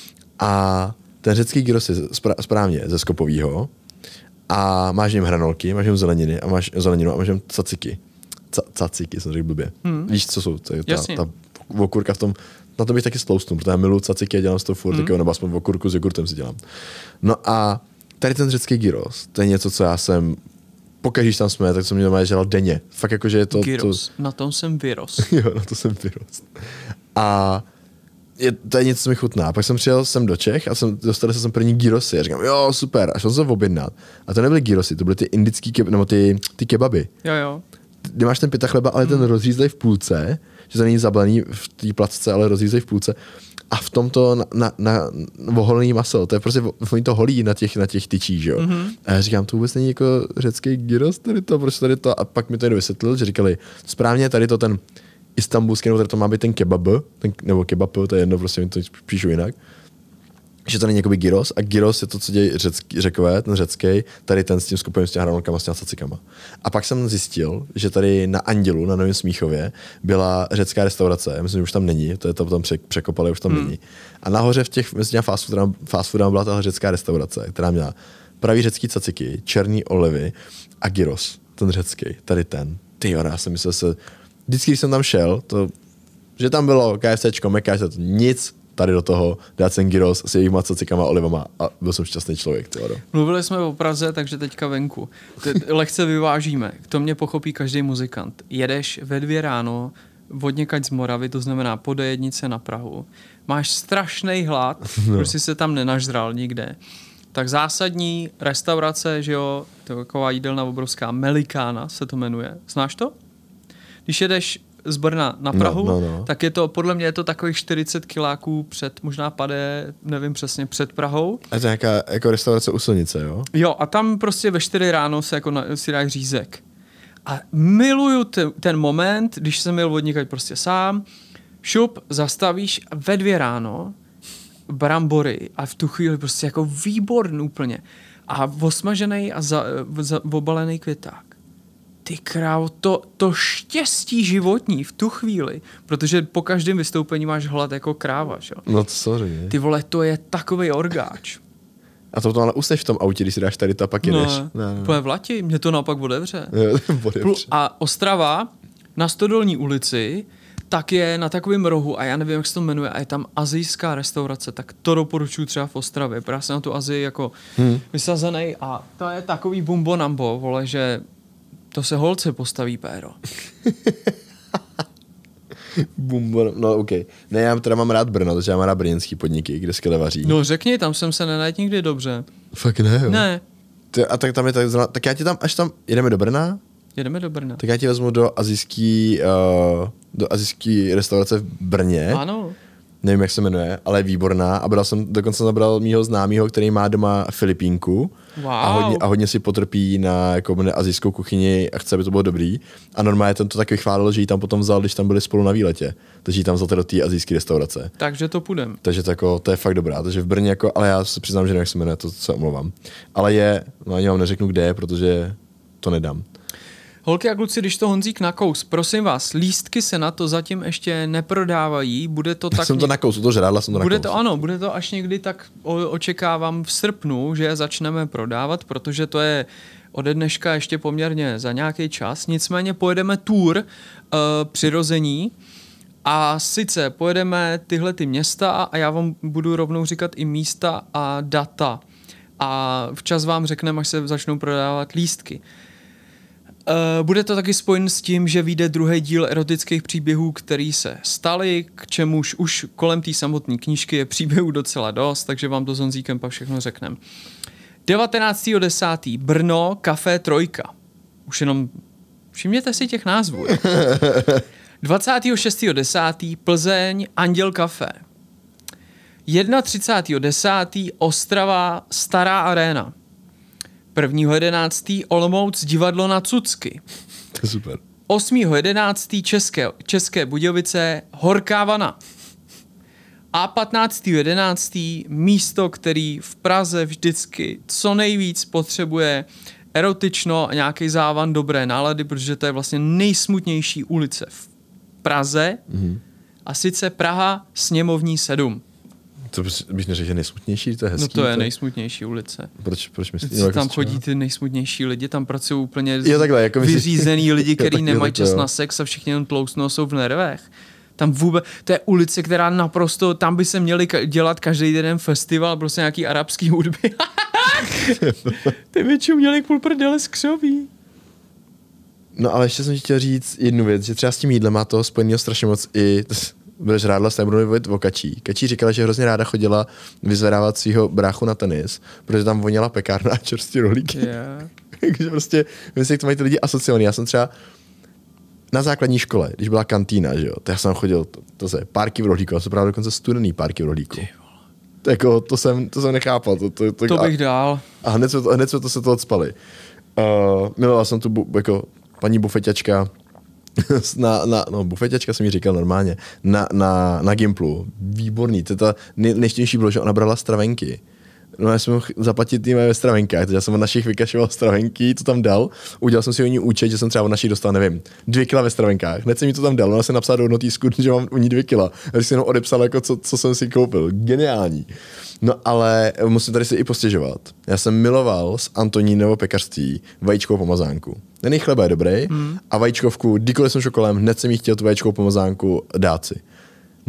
A ten řecký gyros je správně ze skopovýho. A máš v něm hranolky, máš v něm zeleniny a máš zeleninu a máš v něm caciky. Ca- caciky, jsem řekl blbě. Hmm. Víš, co jsou? To je ta, ta okurka v tom, na to bych taky stloustnu, protože já miluji caciky a dělám z toho furt, hmm. nebo aspoň okurku s jogurtem si dělám. No a tady ten řecký gyros, to je něco, co já jsem pokaždé tam jsme, tak jsem mě doma dělal denně. Fakt jakože je to... Gyros, to... na tom jsem vyrost. jo, na to jsem vyrost. A je, to je něco, co mi chutná. A pak jsem přijel sem do Čech a jsem, dostal jsem první gyrosy. A říkám, jo, super. A šel jsem objednat. A to nebyly gyrosy, to byly ty indický, keb, nebo ty, ty kebaby. Jo, jo. Ty máš ten pita chleba, ale hmm. ten rozřízlej v půlce, že to není zabalený v té placce, ale rozřízlej v půlce. A v tomto na, na, na, na oholený maso, to je prostě, oni to holí na těch, na těch tyčích, jo. Mm-hmm. A já říkám, to vůbec není jako řecký gyros, tady to, proč tady to, a pak mi to jen vysvětlil, že říkali, správně tady to ten istanbulský, nebo tady to má být ten kebab, ten, nebo kebab, to je jedno, prostě mi to píšu jinak, že to není jakoby gyros, a gyros je to, co dějí řecký, řekové, ten řecký, tady ten s tím skupem s těmi hranolkama, s těmi cacikama. A pak jsem zjistil, že tady na Andělu, na Novém Smíchově, byla řecká restaurace, já myslím, že už tam není, to je to tam překopali, už tam hmm. není. A nahoře v těch, mezi těmi fast foodama, fast foodama byla ta řecká restaurace, která měla pravý řecký caciky, černý olivy a gyros, ten řecký, tady ten. Ty jo, já jsem myslel se, vždycky, když jsem tam šel, to že tam bylo KFCčko, Mekáč, nic tady do toho, dát sem gyros s jejich macacikama, olivama a byl jsem šťastný člověk. Tyjo. Mluvili jsme o Praze, takže teďka venku. Te- lehce vyvážíme. To mě pochopí každý muzikant. Jedeš ve dvě ráno odněkať z Moravy, to znamená po D jednice na Prahu. Máš strašný hlad, no. Protože jsi se tam nenažral nikde. Tak zásadní restaurace, že jo, to je taková jídelna obrovská, Melikána se to jmenuje. Znáš to? Když jedeš z Brna na Prahu, no, no, no. tak je to, podle mě je to takových čtyřicet kiláků před, možná pade, nevím přesně, před Prahou. A to je nějaká jako restaurace u silnice, jo? Jo, a tam prostě ve čtyři ráno se jako na, si dáš řízek. A miluju te, ten moment, když jsem jel odnikať prostě sám, šup, zastavíš ve dvě ráno, brambory a v tu chvíli prostě jako výborný úplně. A osmažený a za, za, obalený květák. Ty krávo, to, to štěstí životní v tu chvíli, protože po každém vystoupení máš hlad jako kráva, že? No to sorry. Ty vole, to je takovej orgáč. A to, to ale usneš v tom autě, když si dáš tady to a pak jedeš. No, no. Úplně v lati, mě to naopak odevře. odevře. A Ostrava na Stodolní ulici tak je na takovém rohu a já nevím, jak se to jmenuje, a je tam asijská restaurace, tak to doporučuji třeba v Ostravě, protože já jsem na tu Asii jako hmm. vysazený a to je takový bumbo nambo, vole, že to se holce postaví, péro. Bumbo, no ok. Ne, já teda mám rád Brno, takže já mám rád brněnský podniky, kde skvěle vaří. No řekni, tam jsem se nenajet nikdy dobře. Fakt ne, jo? Ne. Ty, a tak tam je tak, tak já ti tam, až tam, jedeme do Brna? Jedeme do Brna. Tak já ti vezmu do asijský, uh, do asijský restaurace v Brně. Ano. Nevím, jak se jmenuje, ale je výborná. A bral jsem, dokonce zabral mýho známýho, který má doma Filipínku. Wow. A hodně, a hodně si potrpí na jako asijskou kuchyni a chce, aby to bylo dobrý. A normálně ten to tak vychválil, že ji tam potom vzal, když tam byli spolu na výletě. Takže ji tam vzal do té asijské restaurace. Takže to půjdem. Takže to, jako, to je fakt dobrá. Takže v Brně, jako, ale já se přiznám, že nevím, jak se jmenuje, to se omlouvám. Ale je, no ani vám neřeknu, kde je, protože to nedám. Holky a kluci, když to Honzík nakous, prosím vás, lístky se na to zatím ještě neprodávají, bude to tak... Jsem to nakous, to žrádla jsem to bude nakous. To, ano, bude to až někdy tak o, očekávám v srpnu, že začneme prodávat, protože to je ode dneška ještě poměrně za nějaký čas. Nicméně pojedeme tour uh, přirození a sice pojedeme tyhle ty města a já vám budu rovnou říkat i místa a data. A včas vám řekneme, až se začnou prodávat lístky. Uh, bude to taky spojen s tím, že vyjde druhý díl erotických příběhů, který se staly, k čemuž už kolem té samotné knížky je příběhů docela dost, takže vám to s Honzíkem pak všechno řekneme. devatenáctého desátého Brno, Café Trojka. Už jenom všimněte si těch názvů. dvacátého šestého desátého Plzeň, Anděl Café. třicátého prvního desátého Ostrava, Stará Arena. prvního jedenáctého Olomouc, Divadlo na Cucky. To je super. osmého jedenáctého České, České Budějovice, Horká vana. A patnáctého jedenáctého místo, který v Praze vždycky co nejvíc potřebuje erotično a nějaký závan dobré nálady, protože to je vlastně nejsmutnější ulice v Praze, mm-hmm. a sice Praha, Sněmovní sedm. To bys neřekl, že nejsmutnější? To je hezký. No to je to... nejsmutnější ulice. Proč, proč myslíš? Tam jako chodí ty nejsmutnější lidi, tam pracují úplně jo, takhle, jako vyřízený myslí... lidi, kteří nemají čas jo. na sex a všichni jen tloustnou, jsou v nervech. Tam vůbec, to je ulice, která naprosto, tam by se měli ka- dělat každý den festival, prostě nějaký arabský hudby. Ty většinou měli půl prdele skřoví. No ale ještě jsem chtěl říct jednu věc, že třeba s tím jídlem má toho spojenýho strašně moc i... Budeš rádla, nebudu mluvit o Kačí. Kačí říkala, že hrozně ráda chodila vyzvedávat svého bráchu na tenis, protože tam voněla pekárna a čerstvý rohlíky. Yeah. Takže prostě, myslím, jak to mají ty lidi asociovaný. Já jsem třeba na základní škole, když byla kantýna, že jo, tak já jsem chodil, to, to se párky v rohlíku, já jsem právě dokonce studený párky v rohlíku. To, jako, to, jsem, to jsem nechápal. To, to, to, to bych a, dál. A hned jsme to, hned jsme to se to odspali. Uh, miloval jsem tu bu, jako paní bufeťačka, na, na, no bufeťačka jsem jí říkal normálně, na, na, na Gimplu, výborný, to je ta nej, nejštější bylo, že ona brala stravenky. No já jsem mohl zaplatit tým ve stravenkách, takže já jsem od našich vykašoval stravenky, to tam dal, udělal jsem si o ní účet, že jsem třeba od našich dostal, nevím, dvě kila ve stravenkách, hned jsem mi to tam dal, ona se napsala do notýsku, že mám u ní dvě kila, a když jsem jenom odepsal, jako co, co jsem si koupil, geniální. No ale musím tady si i postěžovat. Já jsem miloval z Antonínovo pekařství vajíčkovou pomazánku. Ten jejich chleba je dobrý mm. a vajíčkovku, kdykoliv jsem šel kolem, hned jsem jí chtěl tu vajíčkovou pomazánku dát si.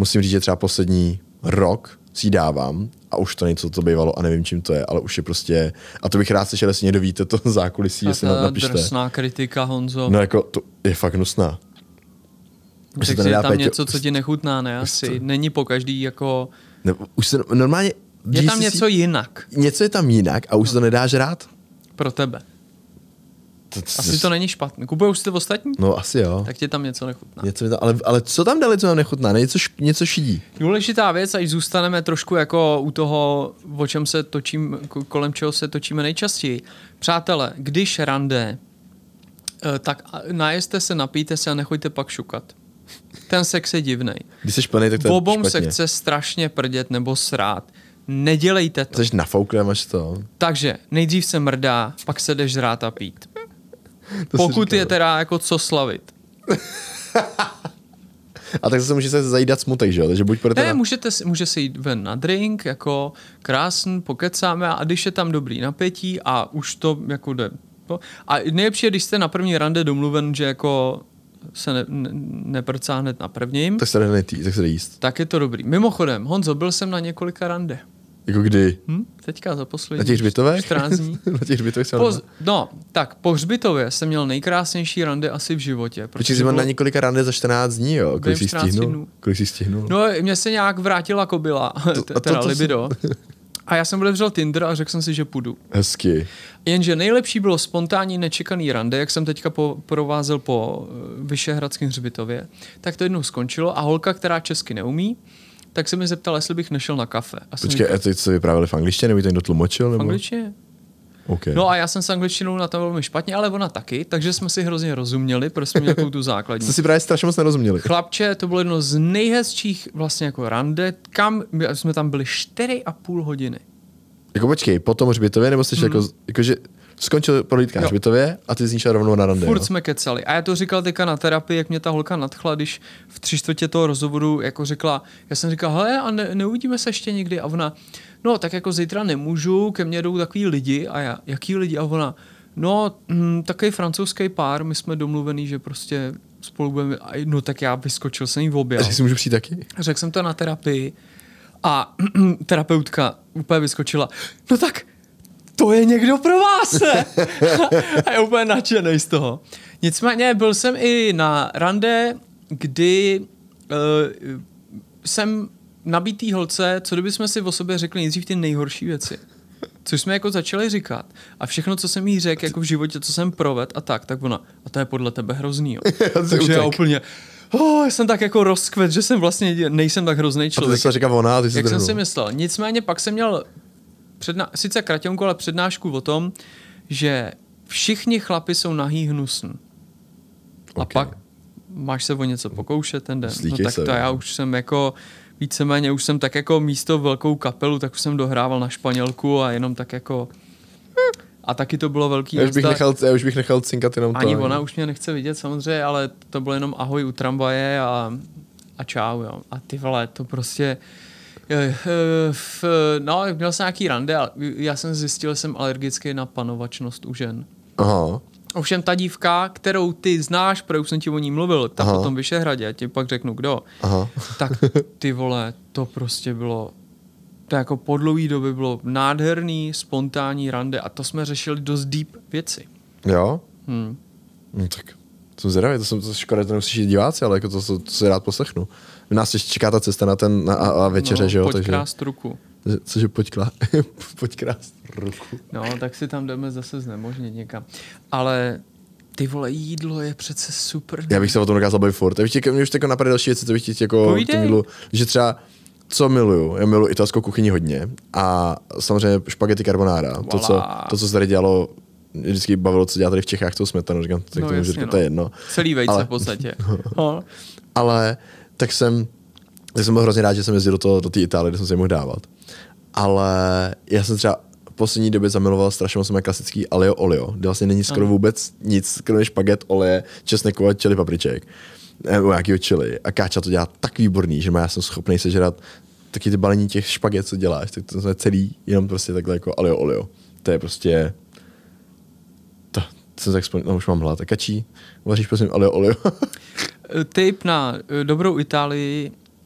musím říct, že třeba poslední rok si dávám a už to něco, co bývalo a nevím, čím to je, ale už je prostě, a to bych rád slyšel, jestli někdo víte to zákulisí, jestli napište. Ta drsná kritika, Honzo. No jako, to je fakt hnusná. Takže je tam něco, co ti nechutná, ne? Asi. Není po každý jako... Ne, už se normálně... Je tam něco si, jinak. Něco je tam jinak a už no. to nedáš rád? Pro tebe. To, to, asi to není špatné. Kupujou si to ostatní? No asi jo. Tak ti tam něco nechutná. Něco tam, ale, ale co tam dali, co tam nechutná? Něco, něco šidí. Důležitá věc, až zůstaneme trošku jako u toho, o čem se točím, kolem čeho se točíme nejčastěji. Přátelé, když rande, tak najeste se, napijte se a nechoďte pak šukat. Ten sex je divnej. Když jsi plnej, tak to je obou špatně. se chce strašně prdět nebo srát. Nedělejte to. Jsi nafouklý, máš to. Takže nejdřív se mrdá, pak se jdeš žrát a pít. To pokud je teda jako co slavit. A tak zase může se zajídat smutek, že jo? Takže buď ne, na... můžete, může se jít ven na drink, jako krásný, pokecáme a když je tam dobrý napětí a už to jako jde. A nejlepší je, když jste na první rande domluven, že jako se ne, ne, neprcá hned na prvním. Tak se jde netý, tak se jde jíst. Tak je to dobrý. Mimochodem, Honzo, byl jsem na několika rande. Jako kdy? Hm? Teďka za poslední na těch hřbitovech? čtrnáct dní. Na těch hřbitovech jsem po, No, tak po hřbitově jsem měl nejkrásnější rande asi v životě. Protože jsi byl na několika rande za čtrnáct dní, jo? Kolik jsi stihnul? Kolik jsi stihnul? No, mě se nějak vrátila kobila, to, teda to, to, libido. A já jsem otevřel Tinder a řekl jsem si, že půjdu. Hezky. Jenže nejlepší bylo spontánní nečekaný rande, jak jsem teďka po, provázel po Vyšehradském hřbitově. Tak to jednou skončilo a holka, která česky neumí, tak se mi zeptala, jestli bych nešel na kafe. A Počkej, a teď se vyprávěli v angličtině, nebo to někdo tlumočil? Nebo? V angličtině. Okay. No a já jsem s angličtinou na to velmi špatně, ale ona taky, takže jsme si hrozně rozuměli, protože jsme měli tu základní. Jste si právě strašně moc nerozuměli. Chlapče, to bylo jedno z nejhezčích vlastně jako rande, kam jsme tam byli čtyři a půl hodiny. Jako počkej, po tom hřbitově, nebo jsi hmm. jako, jakože skončil prohlídka na hřbitově a ty jsi šel rovnou na rande. Furt jo? jsme kecali. A já to říkal teďka na terapii, jak mě ta holka nadchla, když v tři čtvrtě toho rozhovoru jako řekla, já jsem říkal, hele, a ne, neuvidíme se ještě někdy? A ona, no tak jako zítra nemůžu, ke mně jdou takový lidi. A já, jaký lidi? A ona, no hm, takový francouzský pár, my jsme domluvený, že prostě spolu budeme, no tak já vyskočil jsem jí v objel. A si můžu přijít taky? Řekl jsem to na terapii a terapeutka úplně vyskočila, no tak to je někdo pro vás, ne? A je úplně nadšenej z toho. Nicméně byl jsem i na rande, kdy uh, jsem nabitý holce, co kdyby jsme si o sobě řekli nejdřív ty nejhorší věci. Což jsme jako začali říkat. A všechno, co jsem jí řekl jako v životě, co jsem provedl a tak, tak ona, a to je podle tebe hrozný, jo. Takže já úplně, oh, jsem tak jako rozkvet, že jsem vlastně nejsem tak hrozný člověk. A to říká ona, ty jsi jak drhnul. jsem si myslel. Nicméně pak jsem měl předna- sice kraťonku, ale přednášku o tom, že všichni chlapi jsou nahý hnusný. A okay. pak máš se o něco pokoušet ten den. Slíkej no tak se, to já už jsem jako víceméně, už jsem tak jako místo velkou kapelu, tak už jsem dohrával na Španělku a jenom tak jako a taky to bylo velký. Já už bych nechal, já už bych nechal cinkat jenom to. Ani ona už mě nechce vidět samozřejmě, ale to bylo jenom ahoj u tramvaje a, a čau, jo. A ty vole, to prostě no, měl jsem nějaký rande, ale já jsem zjistil, že jsem alergický na panovačnost u žen. Aha. Ovšem ta dívka, kterou ty znáš, protože už jsem ti o ní mluvil, ta Aha. po tom Vyšehradě, já ti pak řeknu kdo, Aha. tak ty vole, to prostě bylo, to jako po dlouhý době bylo nádherný, spontánní rande a to jsme řešili dost deep věci. Jo? Hmm. No tak, to jsem zvědavý, to jsem to škoda, to nemusíš diváci, ale jako to, to, to se rád poslechnu. V nás ještě čeká ta cesta na ten na, a, a večeře, no, že jo? Pojď takže... krást ruku. Cože pojď, klá... pojď krást ruku. No, tak si tam jdeme zase znemožnit někam. Ale ty vole, jídlo je přece super. Já bych se o tom dokázal bavit furt. Mě už jako napadá další věci, co bych ti jako milu, že třeba co miluju, já miluju italskou kuchyni hodně a samozřejmě špagety carbonara. Voilà. To, co, to, co se tady dělalo, vždycky bavilo, co dělá tady v Čechách, to smetanu, říkám, tak no, to, jasně, říkám, no. To je jedno. Celý vejce ale, v podstatě. no. Ale tak jsem, tak jsem byl hrozně rád, že jsem jezdil do, toho, do té Itálie, kde jsem se mohl dávat. Ale já jsem třeba v poslední době zamiloval strašně moc mé klasický alio olio, kde vlastně není skoro vůbec nic, kromě špaget, oleje, česneku a chili papriček. Nebo nějakýho chili. A Káča to dělá tak výborný, že má, já jsem schopný sežrat taky ty balení těch špaget, co děláš. Tak to je celý, jenom prostě takhle jako alio olio. To je prostě... To, jsem tak vzpomněl, no už mám hlad. A Kačí, vaříš prosím alio olio. Tip na dobrou Itálii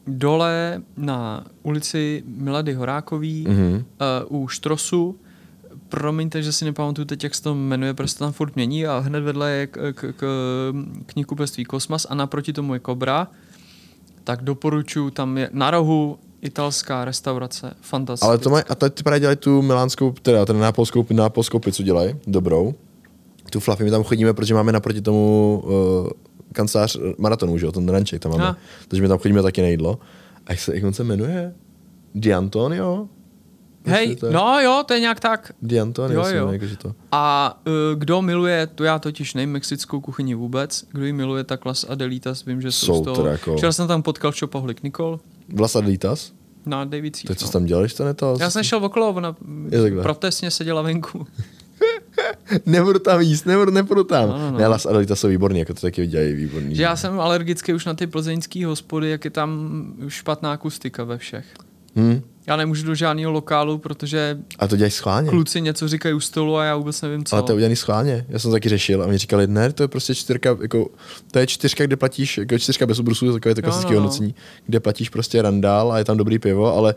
dole na ulici Milady Horákový mm-hmm. uh, u Štrosu. Promiňte, že si nepamatuju teď, jak se to jmenuje, prostě tam furt mění a hned vedle je k, k, k knihkupectví Kosmas a naproti tomu je Kobra. Tak doporučuji, tam je na rohu italská restaurace, fantastická. Ale to mají, a teď ty právě dělají tu milánskou, teda ten nápolskou, nápolskou pizzu dělají, dobrou. Tu fluffy, my tam chodíme, protože máme naproti tomu uh, kancelář maratonu, že jo, ten ranček tam máme. A. Takže my tam chodíme taky na jídlo. A jak se, jak on se jmenuje? Di Antonio? Hej, no jo, to je nějak tak. Di Antonio, jo, jo. Jako, že to. A uh, kdo miluje, to já totiž nevím mexickou kuchyni vůbec, kdo ji miluje, tak Las Adelitas, vím, že jsou, jsou z toho. Jako... Včera jsem tam potkal Šopohlik Nikol. Las Adelitas? Na Davicích. Tak co no. tam děláš, to neto? Já jsem šel okolo, ona protestně seděla venku. Nebudu tam jíst, nebudu, nepůjdu tam. No, no, no. Ne, Las Adelitas jsou výborný, jako to taky dělají výborný. Že já jsem alergický už na ty plzeňský hospody, jak je tam špatná akustika ve všech. Hmm. Já nemůžu do žádného lokálu, protože a to dělají schválně. Kluci něco říkají u stolu a já vůbec nevím co. Ale to je udělaný schválně. Já jsem taky řešil a mi říkali, ne, to je prostě čtyřka, jako, to je čtyřka, kde platíš, jako čtyřka bez obrusů, takové to klasické no, no, hodnocení, kde platíš prostě randál a je tam dobrý pivo, ale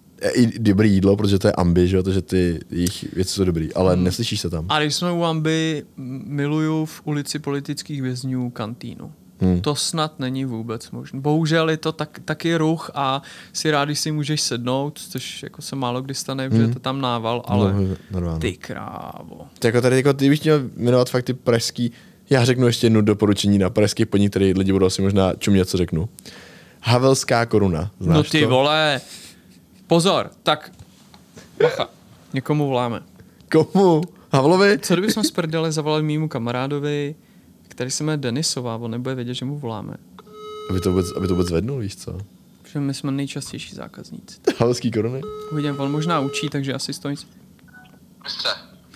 i dobrý jídlo, protože to je ambi, že jo, takže ty jejich věci jsou dobrý, ale hmm. neslyšíš se tam. A když jsme u ambi, miluju v ulici politických vězňů kantýnu. Hmm. To snad není vůbec možné. Bohužel je to tak, taky ruch a si rád, když si můžeš sednout, což jako se málo kdy stane, hmm. že je to tam nával, ale no, ty krávo. Tak jako tady, jako, ty bych měl jmenovat fakt ty pražský, já řeknu ještě jednu doporučení na pražský podnik, který lidi budou asi možná čumět, co řeknu. Havelská koruna, znáš No ty to? vole, pozor, tak bacha, někomu voláme. Komu? Havlovi? Co kdybychom z prdele zavolali mýmu kamarádovi, který se jmenuje Denisová, on nebude vědět, že mu voláme. Aby to vůbec, aby to vůbec zvednul, víš co? Protože my jsme nejčastější zákazníci. Havelský koruny? Uvidím, on možná učí, takže asi stojí. Mistře.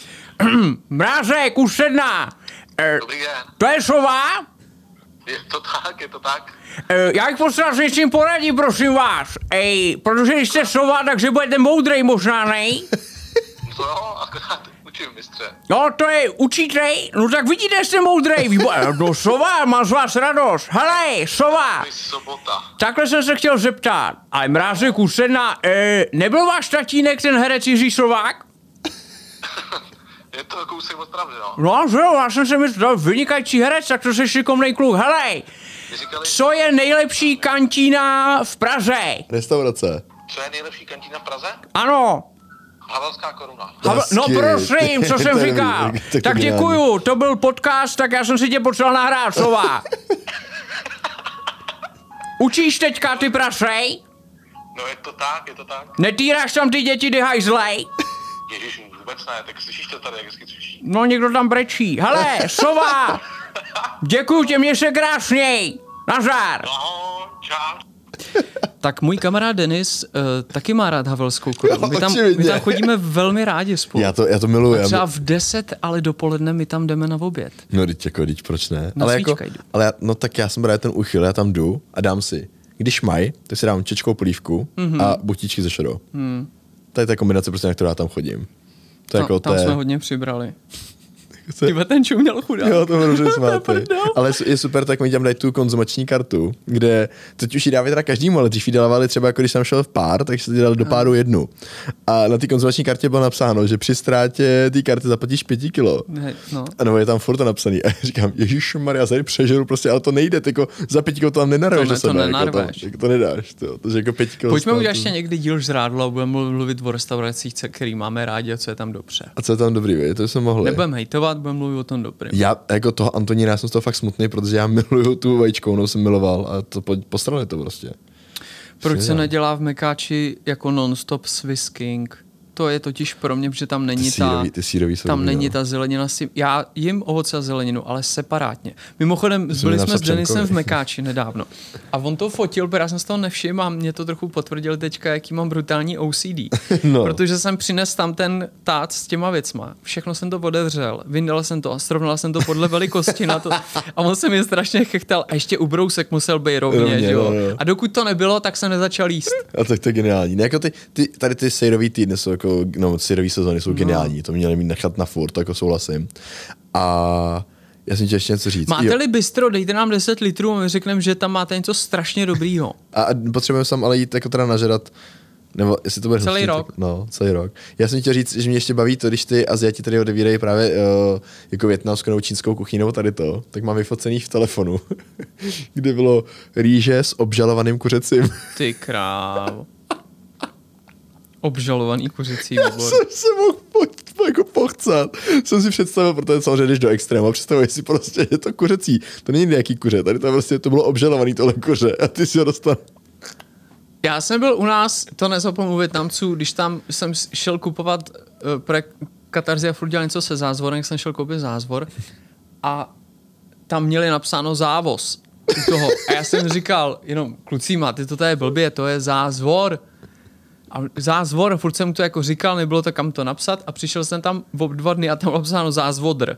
Mrázek, už sedná! Dobrý den. To je Sova? Je to tak, je to tak. Já bych potřeboval s něčím poradit, prosím vás. Ej, protože když jste Sova, takže budete moudrej možná, nej? No jo, akorát učím, mistře. No, to je učítej? No tak vidíte, jste moudrej. No Sova, mám z vás radost. Hele, Sova. Sobota. Takhle jsem se chtěl zeptat. Ale Mrázek, už sedná, e, nebyl váš tatínek ten herec Jiří Sovák? Je to kousek od pravdy, no. No, že jo, já jsem se myslel, vynikající herec, tak to jsi šikovnej kluk. Helej, říkali, co je nejlepší kantína v Praze? Restaurace. Co je nejlepší kantína v Praze? Ano. Havelská koruna. Havel, no prosím, co jsem říkal. Tak děkuju, to byl podcast, tak já jsem si tě potřeboval nahrát, Sova. Učíš teďka ty prasej? No je to tak, je to tak. Netýráš tam ty děti, ty hajzlej? Ježiš, vůbec ne, tak slyšíš to tady, jak hezky cvičí. No někdo tam brečí. Hele, Sova, děkuju tě, mě se krásněj. Nazdar. No, čau. Tak můj kamarád Denis uh, taky má rád Havelskou korunu. My tam, my tam chodíme velmi rádi spolu. Já to, já to miluji. A třeba v deset, ale dopoledne my tam jdeme na oběd. No, teď jako, teď proč ne? Na ale, jako, jdu. ale já, no tak já jsem právě ten uchyl, já tam jdu a dám si. Když mají, tak si dám čečkou polívku mm-hmm. a buchtičky ze šedou. Mm. To je ta kombinace, prostě, na kterou já tam chodím. To no, jako, tam to je... jsme hodně přibrali. Tyba ten čum měl chudák. Jo, to bylo smátý. Ale je super, tak mi tam dají tu konzumační kartu, kde teď už ji dávají teda každému, ale dřív ji dávali třeba, jako když jsem šel v pár, tak se dali do páru jednu. A na té konzumační kartě bylo napsáno, že při ztrátě té karty zaplatíš pěti kilo. Ne, no. A nebo je tam furt to napsaný. A říkám, ježišmarja, já tady přežeru prostě, ale to nejde, jako za pět kilo to tam nenarveš. To, ne, to nenarveš. Jako to, jako to nedáš, to, to jako pět kilo. Pojďme udělat ještě někdy díl žrádlo a budeme mluvit o restauracích, který máme rádi a co je tam dobře. A co je tam dobrý, vy? To jsme mohli. Nebudeme hejtovat, budeme mluvit o tom dobrým. Já jako toho Antonína, já jsem z toho fakt smutný, protože já miluju tu vajíčkovnou, jsem miloval a to postrali to prostě. Proč se nedělá v Mekáči jako non-stop Swiss King? To je totiž pro mě, protože tam není ty sírový, ta, ty sírový jsou tam dobrý, není no. ta zelenina. Já jim ovoce a zeleninu, ale separátně. Mimochodem, byli jsme s Denisem v Mekáči nedávno. A on to fotil, protože já jsem z toho nevšiml a mě to trochu potvrdil teďka, jaký mám brutální O C D. No. Protože jsem přines tam ten tác s těma věcma. Všechno jsem to odevřel, vyndal jsem to a srovnal jsem to podle velikosti na to. A on se mi strašně chechtal. A ještě ubrousek musel být rovně, rovně že jo? No, no. A dokud to nebylo, tak jsem nezačal jíst. A tak to je geniální. Ne, jako ty, ty, tady ty sejrový týdny jsou jako, no, syrový sezóny jsou no. geniální, to měli mít nechat na furt, to jako souhlasím. A Já jsem chtěl ještě něco říct. Máte-li bistro, dejte nám deset litrů a my řekneme, že tam máte něco strašně dobrýho. A potřebujeme tam ale jít jako teda nažerat, nebo jestli to bude celý hustý, rok. Tak, no, celý rok. Já jsem chtěl říct, že mě ještě baví to, když ty Asiati tady odevírají právě uh, jako větnamskou nebo čínskou kuchyni nebo tady to, tak mám vyfocený v telefonu, kde bylo rýže s obžalovaným kuřecím. Ty krávo. Obžalovaný kuřecí výbor. Já jsem se mohl po, po, jako pochcat. Jsem si představil, protože samozřejmě jdeš do extrému, představuji si prostě, je to kuřecí. To není nějaký kuře, tady to prostě to bylo obžalovaný tohle kuře a ty si ho dostal. Já jsem byl u nás, to nezapomenu Vietnamců, když tam jsem šel kupovat uh, pro Katarzy a furt dělal něco se zázvorem, jsem šel koupit zázvor a tam měli napsáno závoz u toho. A já jsem říkal, jenom kluci, máte to tady blbě, to je zázvor. A zázvor, furt jsem mu to jako říkal, nebylo to kam to napsat a přišel jsem tam v dva dny a tam bylo napsáno zázvodr.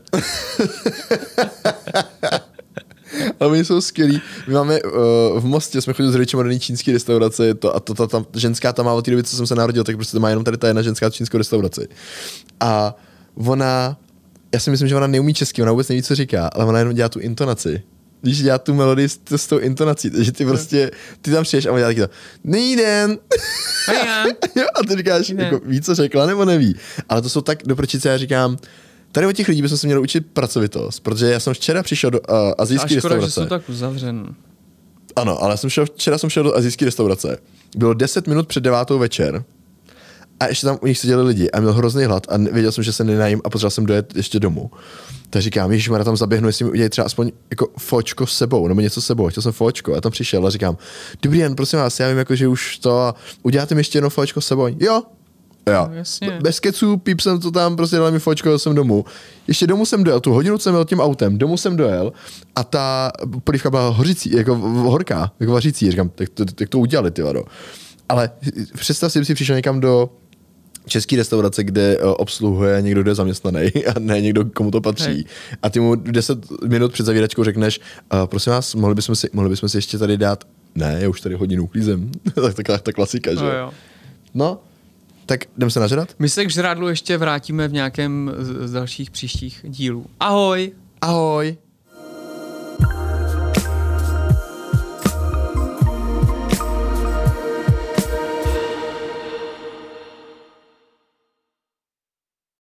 Ale my jsou skvělí. My máme uh, v Mostě, jsme chodili s rodičem do čínské restaurace to, a to, ta, ta, ženská tam má od té doby, co jsem se narodil, tak prostě má jenom tady ta jedna ženská čínskou restauraci. A ona, já si myslím, že ona neumí česky, ona vůbec neví, co říká, ale ona jenom dělá tu intonaci. Když dělá tu melodii s, s tou intonací, takže ty prostě, ty tam přijdeš a on dělá taky to Dobrý den. A ty říkáš, jako, ví, co řekla, nebo neví. Ale to jsou tak doprčice, já říkám, tady od těch lidí bychom se měli učit pracovitost, protože já jsem včera přišel do uh, asijské restaurace. A škoda, že jsou tak uzavřen. Ano, ale jsem šel, včera jsem šel do asijské restaurace. Bylo deset minut před devátou večer a ještě tam u nich seděli lidi a měl hrozný hlad a věděl jsem, že se nenajím a potřeboval jsem dojet ještě domů. Tak říkám, ježišmarja, tam zaběhnu, jestli mi udělají třeba aspoň jako fočko s sebou, nebo něco s sebou. Chtěl jsem fočko a tam přišel a říkám, dobrý den, prosím vás, já vím, jako, že už to, uděláte mi ještě jedno fočko s sebou. Jo. Jo. No, bez keců, píp jsem to tam, prostě dali mi fočko, jel jsem domů. Ještě domů jsem dojel, tu hodinu jsem jel tím autem, domů jsem dojel a ta polívka byla hořící, jako horká, jako vařící. Říkám, tak to, tak to udělali, ty vado. Ale představ si, že jsi přišel někam do české restaurace, kde obsluhuje někdo, kdo je zaměstnaný a ne někdo, komu to patří. Hej. A ty mu deset minut před zavíračkou řekneš, uh, prosím vás, mohli bychom, si, mohli bychom si ještě tady dát, ne, já už tady hodinu uklízem. tak taková ta klasika, že? No, jo. No, tak jdem se nažrat? My se k žrádlu ještě vrátíme v nějakém z dalších příštích dílů. Ahoj! Ahoj!